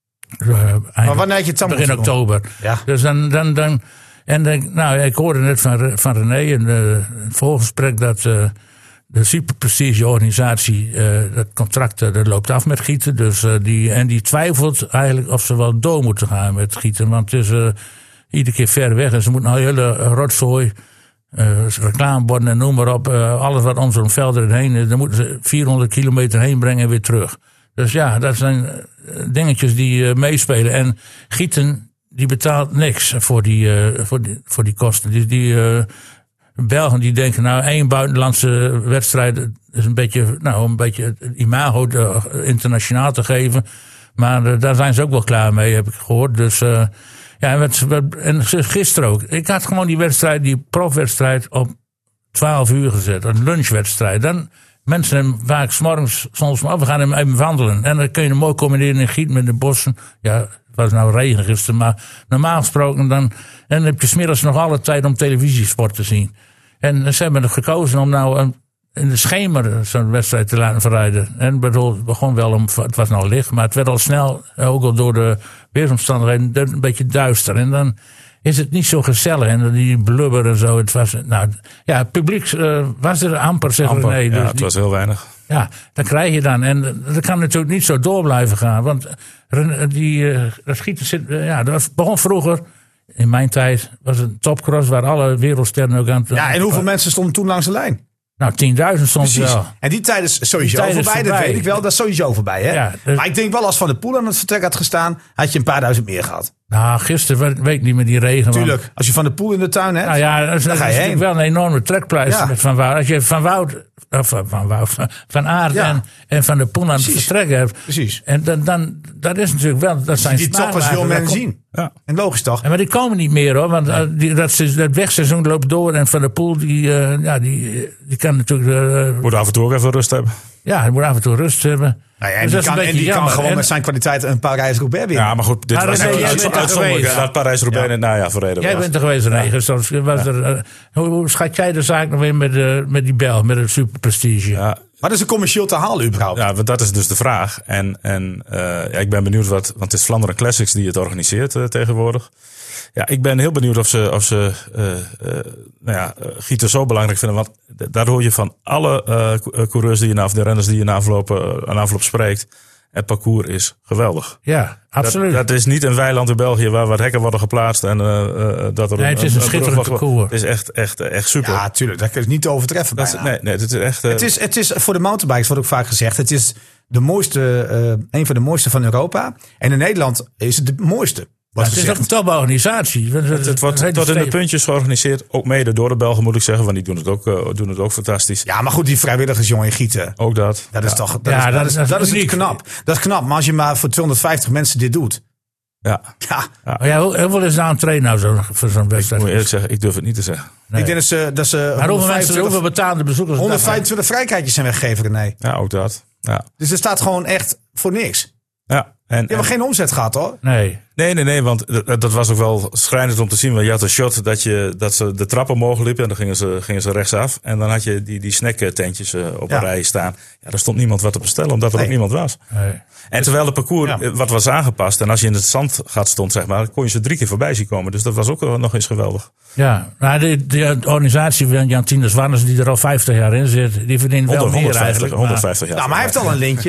Uh, Maar wanneer had je het dan begin moeten doen? oktober. Ja. Dus dan, dan, dan en dan, nou, ik hoorde net van, van René in uh, het voorgesprek dat uh, de superprestige-organisatie, uh, dat contract uh, dat loopt af met Gieten. Dus, uh, die, en die twijfelt eigenlijk of ze wel door moeten gaan met Gieten. Want het is uh, iedere keer ver weg en ze moeten nou hele rotzooi, uh, reclameborden en noem maar op. Uh, alles wat om zo'n veld heen is, dan moeten ze vierhonderd kilometer heen brengen en weer terug. Dus ja, dat zijn uh, dingetjes die uh, meespelen. En Gieten, die betaalt niks voor die, uh, voor die, voor die kosten. Die, die uh, Belgen die denken, nou, één buitenlandse wedstrijd is een beetje, nou, een beetje het imago uh, internationaal te geven. Maar uh, daar zijn ze ook wel klaar mee, heb ik gehoord. Dus uh, ja, en, wat, wat, en gisteren ook. Ik had gewoon die wedstrijd, die profwedstrijd op twaalf uur gezet. Een lunchwedstrijd. Dan mensen hebben vaak 's morgens soms, maar we gaan hem even wandelen. En dan kun je hem mooi combineren in Giet met de bossen. Ja, het was nou regen gisteren, maar normaal gesproken dan, en dan heb je 's middags nog alle tijd om televisiesport te zien. En ze hebben er gekozen om nou een, in de schemer zo'n wedstrijd te laten verrijden. En bedoel, het begon wel om, het was nou licht, maar het werd al snel, ook al door de weersomstandigheden, een beetje duister. En dan is het niet zo gezellig. En die blubber en zo. Het was, nou, ja, het publiek uh, was er amper, zeggen Amper, nee. ja, Dus het was heel weinig. ja, dat krijg je dan. En dat kan natuurlijk niet zo door blijven gaan. Want die, uh, dat schieten zit, uh, ja, dat begon vroeger. In mijn tijd was het een topcross waar alle wereldsterren ook aan het... Ja, en hoeveel mensen stonden toen langs de lijn? Nou, tienduizend soms Precies. wel. En die tijd is sowieso Die tijd is voorbij, dat voorbij. weet ik wel. Dat is sowieso voorbij. Hè? Ja, dus- Maar ik denk wel, als Van der Poel aan het vertrek had gestaan, had je een paar duizend meer gehad. Nou, gisteren weet ik niet meer die regen. Tuurlijk, Want, als je Van der Poel in de tuin hebt, nou ja, dat is, dan ga je is heen. wel een enorme trekpleister Ja. met Van Wout. Als je Van Wout, of van, Wout, van, van Aert Ja. en, en Van der Poel aan het Precies. vertrekken hebt. Precies. En dan, dan, dat is natuurlijk wel, dat zijn Die toppers wil snelheden. men Daar komt- zien. Ja. En logisch toch? Ja, maar die komen niet meer hoor, want nee. die, dat, dat wegseizoen loopt door en Van der Poel die, uh, ja, die, die kan natuurlijk, uh, Moet af en toe ook even rust hebben. ja, hij moet af en toe rust hebben. Nou ja, en Dus die dat is kan, een en beetje die kan jammer. gewoon En- met zijn kwaliteit een Parijs-Roubaix winnen. Ja, maar goed, dit Maar was René, een jij uit- bent er uitzonderlijk. geweest. Ja, dat Parijs-Roubaix in het najaar verreden Jij was. bent er geweest, René. Dus was er, uh, hoe, hoe schat jij de zaak nog weer met, uh, met die Bel, met het Super Prestige? Ja, Maar dat is een commercieel te halen überhaupt. ja, want dat is dus de vraag. En, en uh, ja, ik ben benieuwd wat, want het is Vlaanderen Classics die het organiseert uh, tegenwoordig. Ja, ik ben heel benieuwd of ze, of ze uh, uh, nou ja, uh, gieten zo belangrijk vinden. Want d- daar hoor je van alle uh, coureurs die je na, of de renners die je na afloop, uh, aan afloop spreekt. Het parcours is geweldig. Ja, absoluut. Dat, dat is niet een weiland in België waar wat hekken worden geplaatst. En uh, uh, dat er Nee, het is een schitterend brug wordt- parcours. Het is echt, echt, echt super. Ja, tuurlijk. Dat is niet te overtreffen dat is, bijna. nee, nee, het is echt... Uh, Het is, het is voor de mountainbikers, wordt ook vaak gezegd, het is de mooiste, uh, een van de mooiste van Europa. En in Nederland is het de mooiste. Ja, Wordt het is ook gezegd. een toporganisatie. Het, Het, het wordt tot in de puntjes georganiseerd. Ook mede door de Belgen moet ik zeggen. Want die doen het ook, uh, doen het ook fantastisch. Ja, maar goed, die vrijwilligersjongen in Gieten. Ook dat. Dat is toch dat Ja, is, dat dat is- is, dat is dat is uniek. knap. Dat is knap. Maar als je maar voor tweehonderdvijftig mensen dit doet. Ja. Ja, Oh ja, hoe- hoeveel is nou een train nou zo, voor zo'n Ik wedstrijd? moet eerlijk zeggen, ik durf het niet te zeggen. Nee. ik denk dat ze, dat ze Maar hoeveel mensen, honderdvijfentwintig hoeveel betaalde bezoekers? honderdvijfentwintig vrijkaartjes zijn weggegeven, nee. Ja, ook dat. Ja. Dus er staat gewoon echt voor niks. Ja. En, Je hebt en- geen omzet gehad, hoor. Nee. nee, nee, nee, want dat, dat was ook wel schrijnend om te zien. Want je had een shot dat, je, dat ze de trap omhoog liepen en dan gingen ze, gingen ze rechtsaf. En dan had je die, die snacktentjes uh, op Ja. een rij staan. Ja, daar stond niemand wat te bestellen, omdat er Nee. ook niemand was. nee. En terwijl het parcours Ja. eh, wat was aangepast. En als je in het zandgat stond, zeg maar, kon je ze drie keer voorbij zien komen. Dus dat was ook wel nog eens geweldig. Ja, maar de, de organisatie van Jan Tinus Wanners, die er al vijftig jaar in zit, die verdient wel honderd, meer honderdvijftig, eigenlijk. maar- honderdvijftig jaar. Nou, maar hij heeft al een lintje.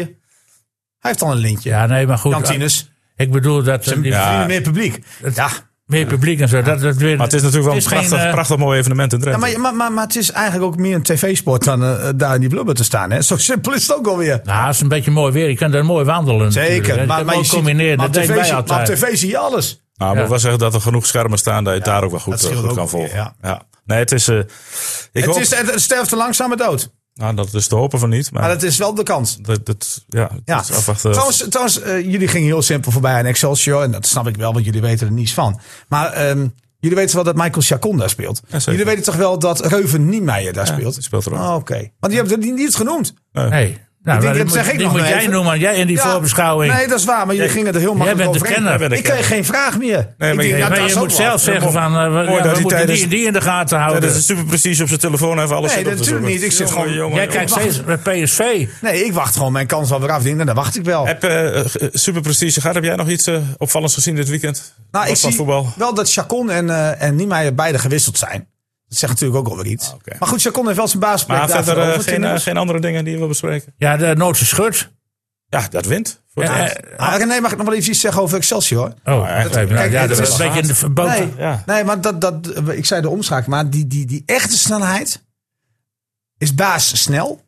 Hij heeft al een lintje. Ja, nee, maar goed. Jan Tinus. Ik bedoel dat eh, die, Ja. Vrienden meer publiek. Ja. meer publiek en zo. Dat, dat weer, Maar het is natuurlijk wel het een is prachtig, geen, eh, prachtig mooi evenement in Ja, Drenthe. maar, maar, maar, maar het is eigenlijk ook meer een tv-sport dan uh, daar in die blubber te staan. Hè? Zo simpel is het ook alweer. Nou, het is een beetje mooi weer. Je kan daar mooi wandelen. natuurlijk, hè. Zeker. Je Maar, kan maar, je mooi ziet, combineren. maar, op Dat tv, deden wij zie- maar op altijd. tv zie je alles. Nou, ik Ja. wil wel zeggen dat er genoeg schermen staan dat je het daar ook wel goed, dat uh, scheelt goed ook kan weer, volgen. ja. Nee, het is. Uh, ik Het, hoop, is, het sterft een langzame dood. nou, dat is te hopen van niet. Maar, Maar dat is wel de kans. dat, dat, ja, het Ja. is afwachten. Trouwens, trouwens uh, jullie gingen heel simpel voorbij aan Excelsior. En dat snap ik wel, want jullie weten er niets van. Maar um, jullie weten wel dat Michael Chacon daar speelt. Ja, zeker. Jullie weten toch wel dat Reuven Niemeyer daar Ja, speelt? die speelt er ook. Oh, oké. Want die hebben er niet, niet genoemd. Nee. Nou, denk, maar dat die zeg moet, ik die nog moet maar jij even. noemen. Jij in die Ja, voorbeschouwing. Nee, dat is waar. Maar jullie gingen er heel makkelijk bent de overheen. kenner. Jij bent de Ik kreeg kenner. geen vraag meer. maar ik denk, je- ja, maar dat je is moet ook zelf wel. zeggen van, uh, we, Mooi ja, dat we die moeten tijdens- die en die in de gaten Ja, houden. dat is super precies op zijn telefoon even alles. Nee, zit op te natuurlijk zoeken. niet. Ik zit Jongen, gewoon- jongen, Jij jongen. kijkt steeds met P S V. Nee, ik wacht gewoon mijn kans wel weer af. Ik denk, nou, dan wacht ik wel. Heb uh, super prestige gehad. Heb jij nog iets uh, opvallends gezien dit weekend? Nou, ik Wat van zie voetbal. wel dat Chacon en, uh, en Niemeyer beide gewisseld zijn. Dat zegt natuurlijk ook alweer iets. Ah, oké. Maar goed, Chacon heeft wel zijn baasplek Maar daar verder uh, veroverd geen, uh, inmiddels. geen andere dingen die je wil bespreken? Ja, de Noordse schut. Ja, dat wint. Voor het Ja, eerst. eh, Ah, René, mag ik nog wel even iets zeggen over Excelsior? Oh, echt. kijk, nou, Kijk, ja, het dat is is een beetje in de verboden. Nee, Ja. nee, maar dat, dat, ik zei de omschakeling. Maar die, die, die echte snelheid is Baas snel.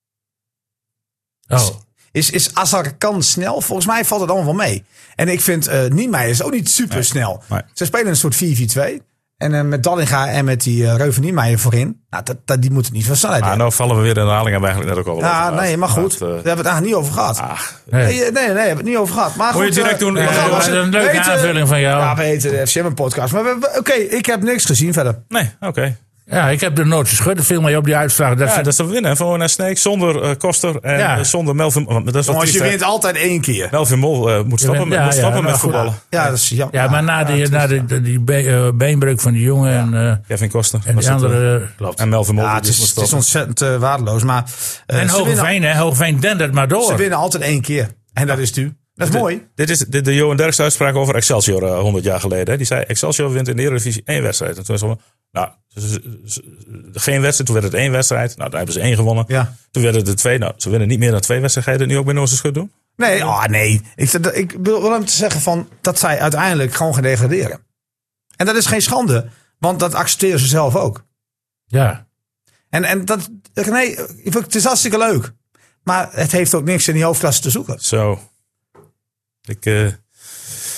Oh. Is, is Azarkan snel? Volgens mij valt het allemaal wel mee. En ik vind uh, Niemeyer is ook niet super snel. Nee. Ze spelen een soort vier vier twee. En uh, met Dallinga en met die uh, Reuven Niemeyer voorin. Nou, dat, dat, die moeten niet van snelheid Maar hebben. nou vallen we weer in de herhaling. Hebben we eigenlijk net ook al Ja, over gehad. nee, maar goed. Dat, Daar uh, hebben we het eigenlijk niet over gehad. ah, Nee. Nee, nee, nee, we hebben het niet over gehad. Maar Moet je goed, direct uh, doen. we Ja, gaan dat wel was zeggen- een leuke weten- aanvulling van jou. Ja, we heten de F C M podcast. Maar we- we- oké, okay, ik heb niks gezien verder. nee, oké. Okay. Ja, ik heb de Noordse schut. Dat viel mij op die uitslag. Dat Ja, ze- dat is te winnen. Voor naar Sneek zonder uh, Koster en Ja. uh, zonder Melvin. Want dat is wat Jongens, je triest, hè. wint altijd één keer. Melvin Mol uh, moet stoppen, bent- met, ja, moet stoppen ja, met maar goed. voetballen. Ja, dat is jammer. ja, maar na, die, ja, na het is- die, die be- uh, beenbreuk van die jongen en, uh, Kevin Koster. en was die het, uh, andere... klopt. en Melvin Mol. Ja, die het is, moet het is stoppen. ontzettend uh, waardeloos. Maar uh, En ze, winnen, Hoogeveen, hè. Hoogeveen dendert maar ze door. winnen altijd één keer. En dat is het u. Dat is mooi. Dit is de, de Johan Derksen uitspraak over Excelsior uh, honderd jaar geleden. Hè. Die zei, Excelsior wint in de Eredivisie één wedstrijd. En toen was het van, nou, ze- ze- ze- geen wedstrijd. Toen werd het één wedstrijd. Nou, daar hebben ze één gewonnen. Ja. Toen werden het er twee. Nou, ze winnen niet meer dan twee wedstrijden. Ga je dat nu ook bij Noorse Schut doen? Nee, oh nee. Ik, ik wil hem te zeggen van dat zij uiteindelijk gewoon gaan degraderen. En dat is geen schande. Want dat accepteren ze zelf ook. Ja. En, en dat, nee, het is hartstikke leuk. Maar het heeft ook niks in die hoofdklasse te zoeken. Zo. Ik, uh,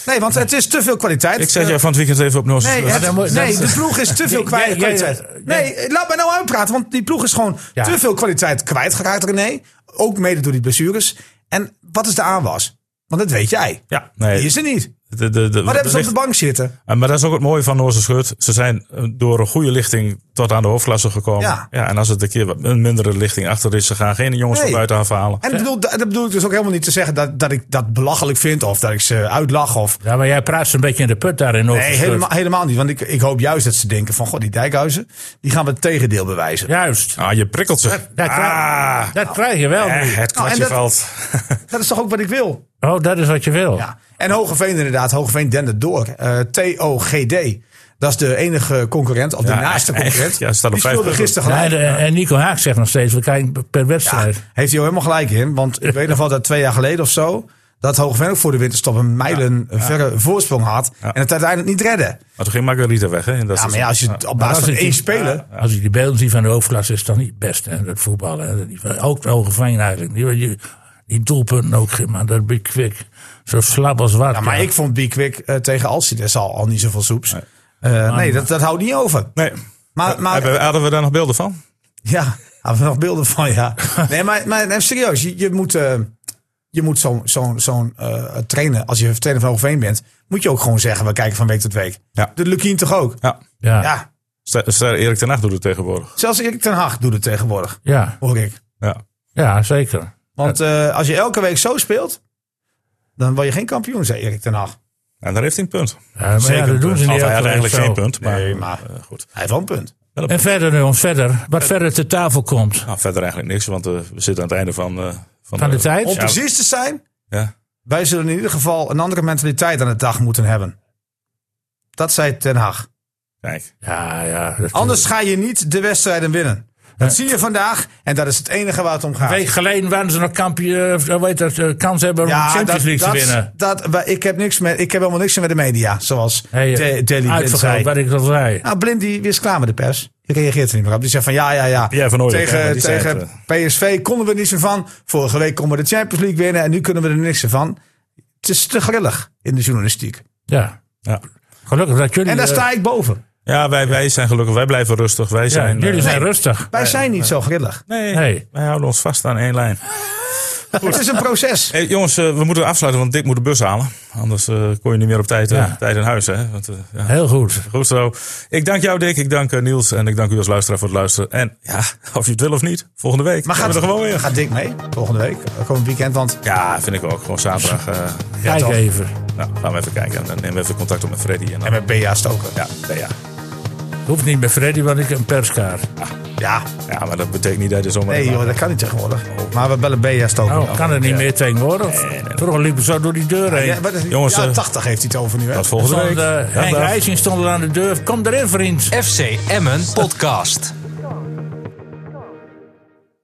Nee, want het is te veel kwaliteit. Ik zet jou van het weekend even op Noorse Nee, Schut. het- dan moet- nee, dan- de ploeg is te veel kwijt- Jij- jij- kwaliteit. jij- Nee, laat mij nou uitpraten. Want die ploeg is gewoon Ja. te veel kwaliteit kwijtgeraakt, René. Ook mede door die blessures. En wat is de aanwas? Want dat weet jij. Ja, nee. Die is er niet. De, de, de, Wat hebben ze op ligt- de bank zitten? Ah, maar dat is ook het mooie van Noorse Schut. Ze zijn eh, door een goede lichting tot aan de hoofdklasse gekomen. Ja. Ja, en als het een keer wat een mindere lichting achter is, ze gaan geen jongens Nee. van buiten afhalen. En ik bedoel, dat dat bedoel ik dus ook helemaal niet te zeggen dat, dat ik dat belachelijk vind. Of dat ik ze uitlach. Of... Ja, maar jij praat zo'n beetje in de put daar in Nee, Noorderschut. helemaal, helemaal niet. Want ik, ik hoop juist dat ze denken van... God, die Dijkhuizen, die gaan we het tegendeel bewijzen. Juist. Ah, je prikkelt ze. Dat, dat, krijg, Ah, dat krijg je wel. eh, nu. het Nou, en kwartje dat- valt. Dat is toch ook wat ik wil? Oh, dat is wat je wil. Ja. En Hogeveen inderdaad. Hogeveen dendert door. Eh, T O G D. Dat is de enige concurrent. Of de Ja, naaste echt. concurrent. Ja, staat op die vijf speelde punten. gisteren Ja, gelijk. en, en Nico Haak zegt nog steeds, we kijken per wedstrijd. Ja, heeft hij ook helemaal gelijk in. Want ik weet nog wel dat twee jaar geleden of zo... dat Hogeveen ook voor de winterstop een mijlen verre voorsprong had. En het uiteindelijk niet redden. Maar toen ging Margarita weg, hè? in dat Ja, maar ja, als je het op Maar basis als van ik één die- speler... Als ik die beelden zie van de hoofdklasse, is het toch niet best, hè, dat voetballen. Hè, die, ook de Hogeveen eigenlijk. Die, die, die doelpunten ook, man, dat ben ik kwik. Zo slap als wat. Ja, maar ik vond Biekwik uh, tegen Alcides al, al niet zoveel soeps. Nee, uh, nee dat, dat houdt niet over. Nee. Maar, maar, Hebben, hadden we daar nog beelden van? Ja, hadden we nog beelden van, ja. Nee, maar, maar nee, serieus, je, je moet, uh, je moet zo'n zo, zo uh, trainer, als je trainer van Hogeveen bent, moet je ook gewoon zeggen, we kijken van week tot week. Ja. De Lukien toch ook? Ja. Ja, ja. Ja. Ster- Ster- Erik ten Hag doet het tegenwoordig. Zelfs Erik ten Hag doet het tegenwoordig, ja, hoor ik. Ja. ja, zeker. Want uh, als je elke week zo speelt, dan word je geen kampioen, zei Erik ten Hag. En daar heeft hij een punt. Ja, maar Zeker ja, een dat doen punt. ze Of niet hij had elke week eigenlijk zo. geen punt. Maar, Nee, maar- uh, goed. Hij heeft wel een punt. En verder, jongens, verder. Wat verder te tafel komt. Nou, verder eigenlijk niks, want uh, we zitten aan het einde van, uh, van, Van de tijd? Om Ja. precies te zijn, Ja. wij zullen in ieder geval een andere mentaliteit aan de dag moeten hebben. Dat zei ten Hag. Kijk. Ja, ja. dat- Anders ga je niet de wedstrijden winnen. Dat zie je vandaag en dat is het enige waar het om gaat. Een week geleden waren ze nog kampioen, uh, weet dat, uh, kans hebben om de Champions League te winnen. Dat, dat, ik, heb niks met, ik heb helemaal niks met de media, zoals Hey, De- Daily Blind uitvergroot, zei. wat ik al zei. Nou, Blind die is klaar met de pers. Die reageert er niet meer op. Die zegt van ja, ja, ja. Jij van Ooyen, hè, tegen maar die zei tegen het, P S V konden we er niets meer van. Vorige week konden we de Champions League winnen en nu kunnen we er niks meer van. Het is te grillig in de journalistiek. Ja. Ja. Gelukkig dat jullie... En daar uh, sta ik boven. Ja, wij, wij zijn gelukkig. Wij blijven rustig. Wij ja, zijn, jullie uh, zijn nee. rustig. Wij zijn niet zo grillig. Nee, Nee. wij houden ons vast aan één lijn. Het is een proces. Hey, jongens, uh, we moeten afsluiten, want Dick moet de bus halen. Anders uh, kon je niet meer op tijd, uh, Ja. tijd in huis. Hè? Want, uh, ja. Heel goed. Goed zo. Ik dank jou, Dick. Ik dank uh, Niels. En ik dank u als luisteraar voor het luisteren. En ja, of je het wil of niet, volgende week Maar gaan gaat, we er gewoon weer. gaat Dick mee volgende week? Komend weekend, want Ja, vind ik ook. Gewoon zaterdag. Uh, Kijk toch. even. nou, gaan we even kijken. En dan nemen we even contact op met Freddy. En dan, en met Bea Stoker. ja, ja, ja. Hoeft niet met Freddy, want ik heb een perskaart. Ja, ja, maar dat betekent niet dat je zomaar... nee joh, dat kan niet tegenwoordig. Maar we bellen Bea Stoker. Oh, kan het niet meer tegenwoordig? Vroeger liep het zo door die deur heen. Ja, wat is- Jongens, ja, uh, tachtig heeft hij het over nu. Hè? Tot volgende Stond, week. uh, Dag, Henk dag. IJsing stond er aan de deur. Kom erin, vriend. F C Emmen Podcast.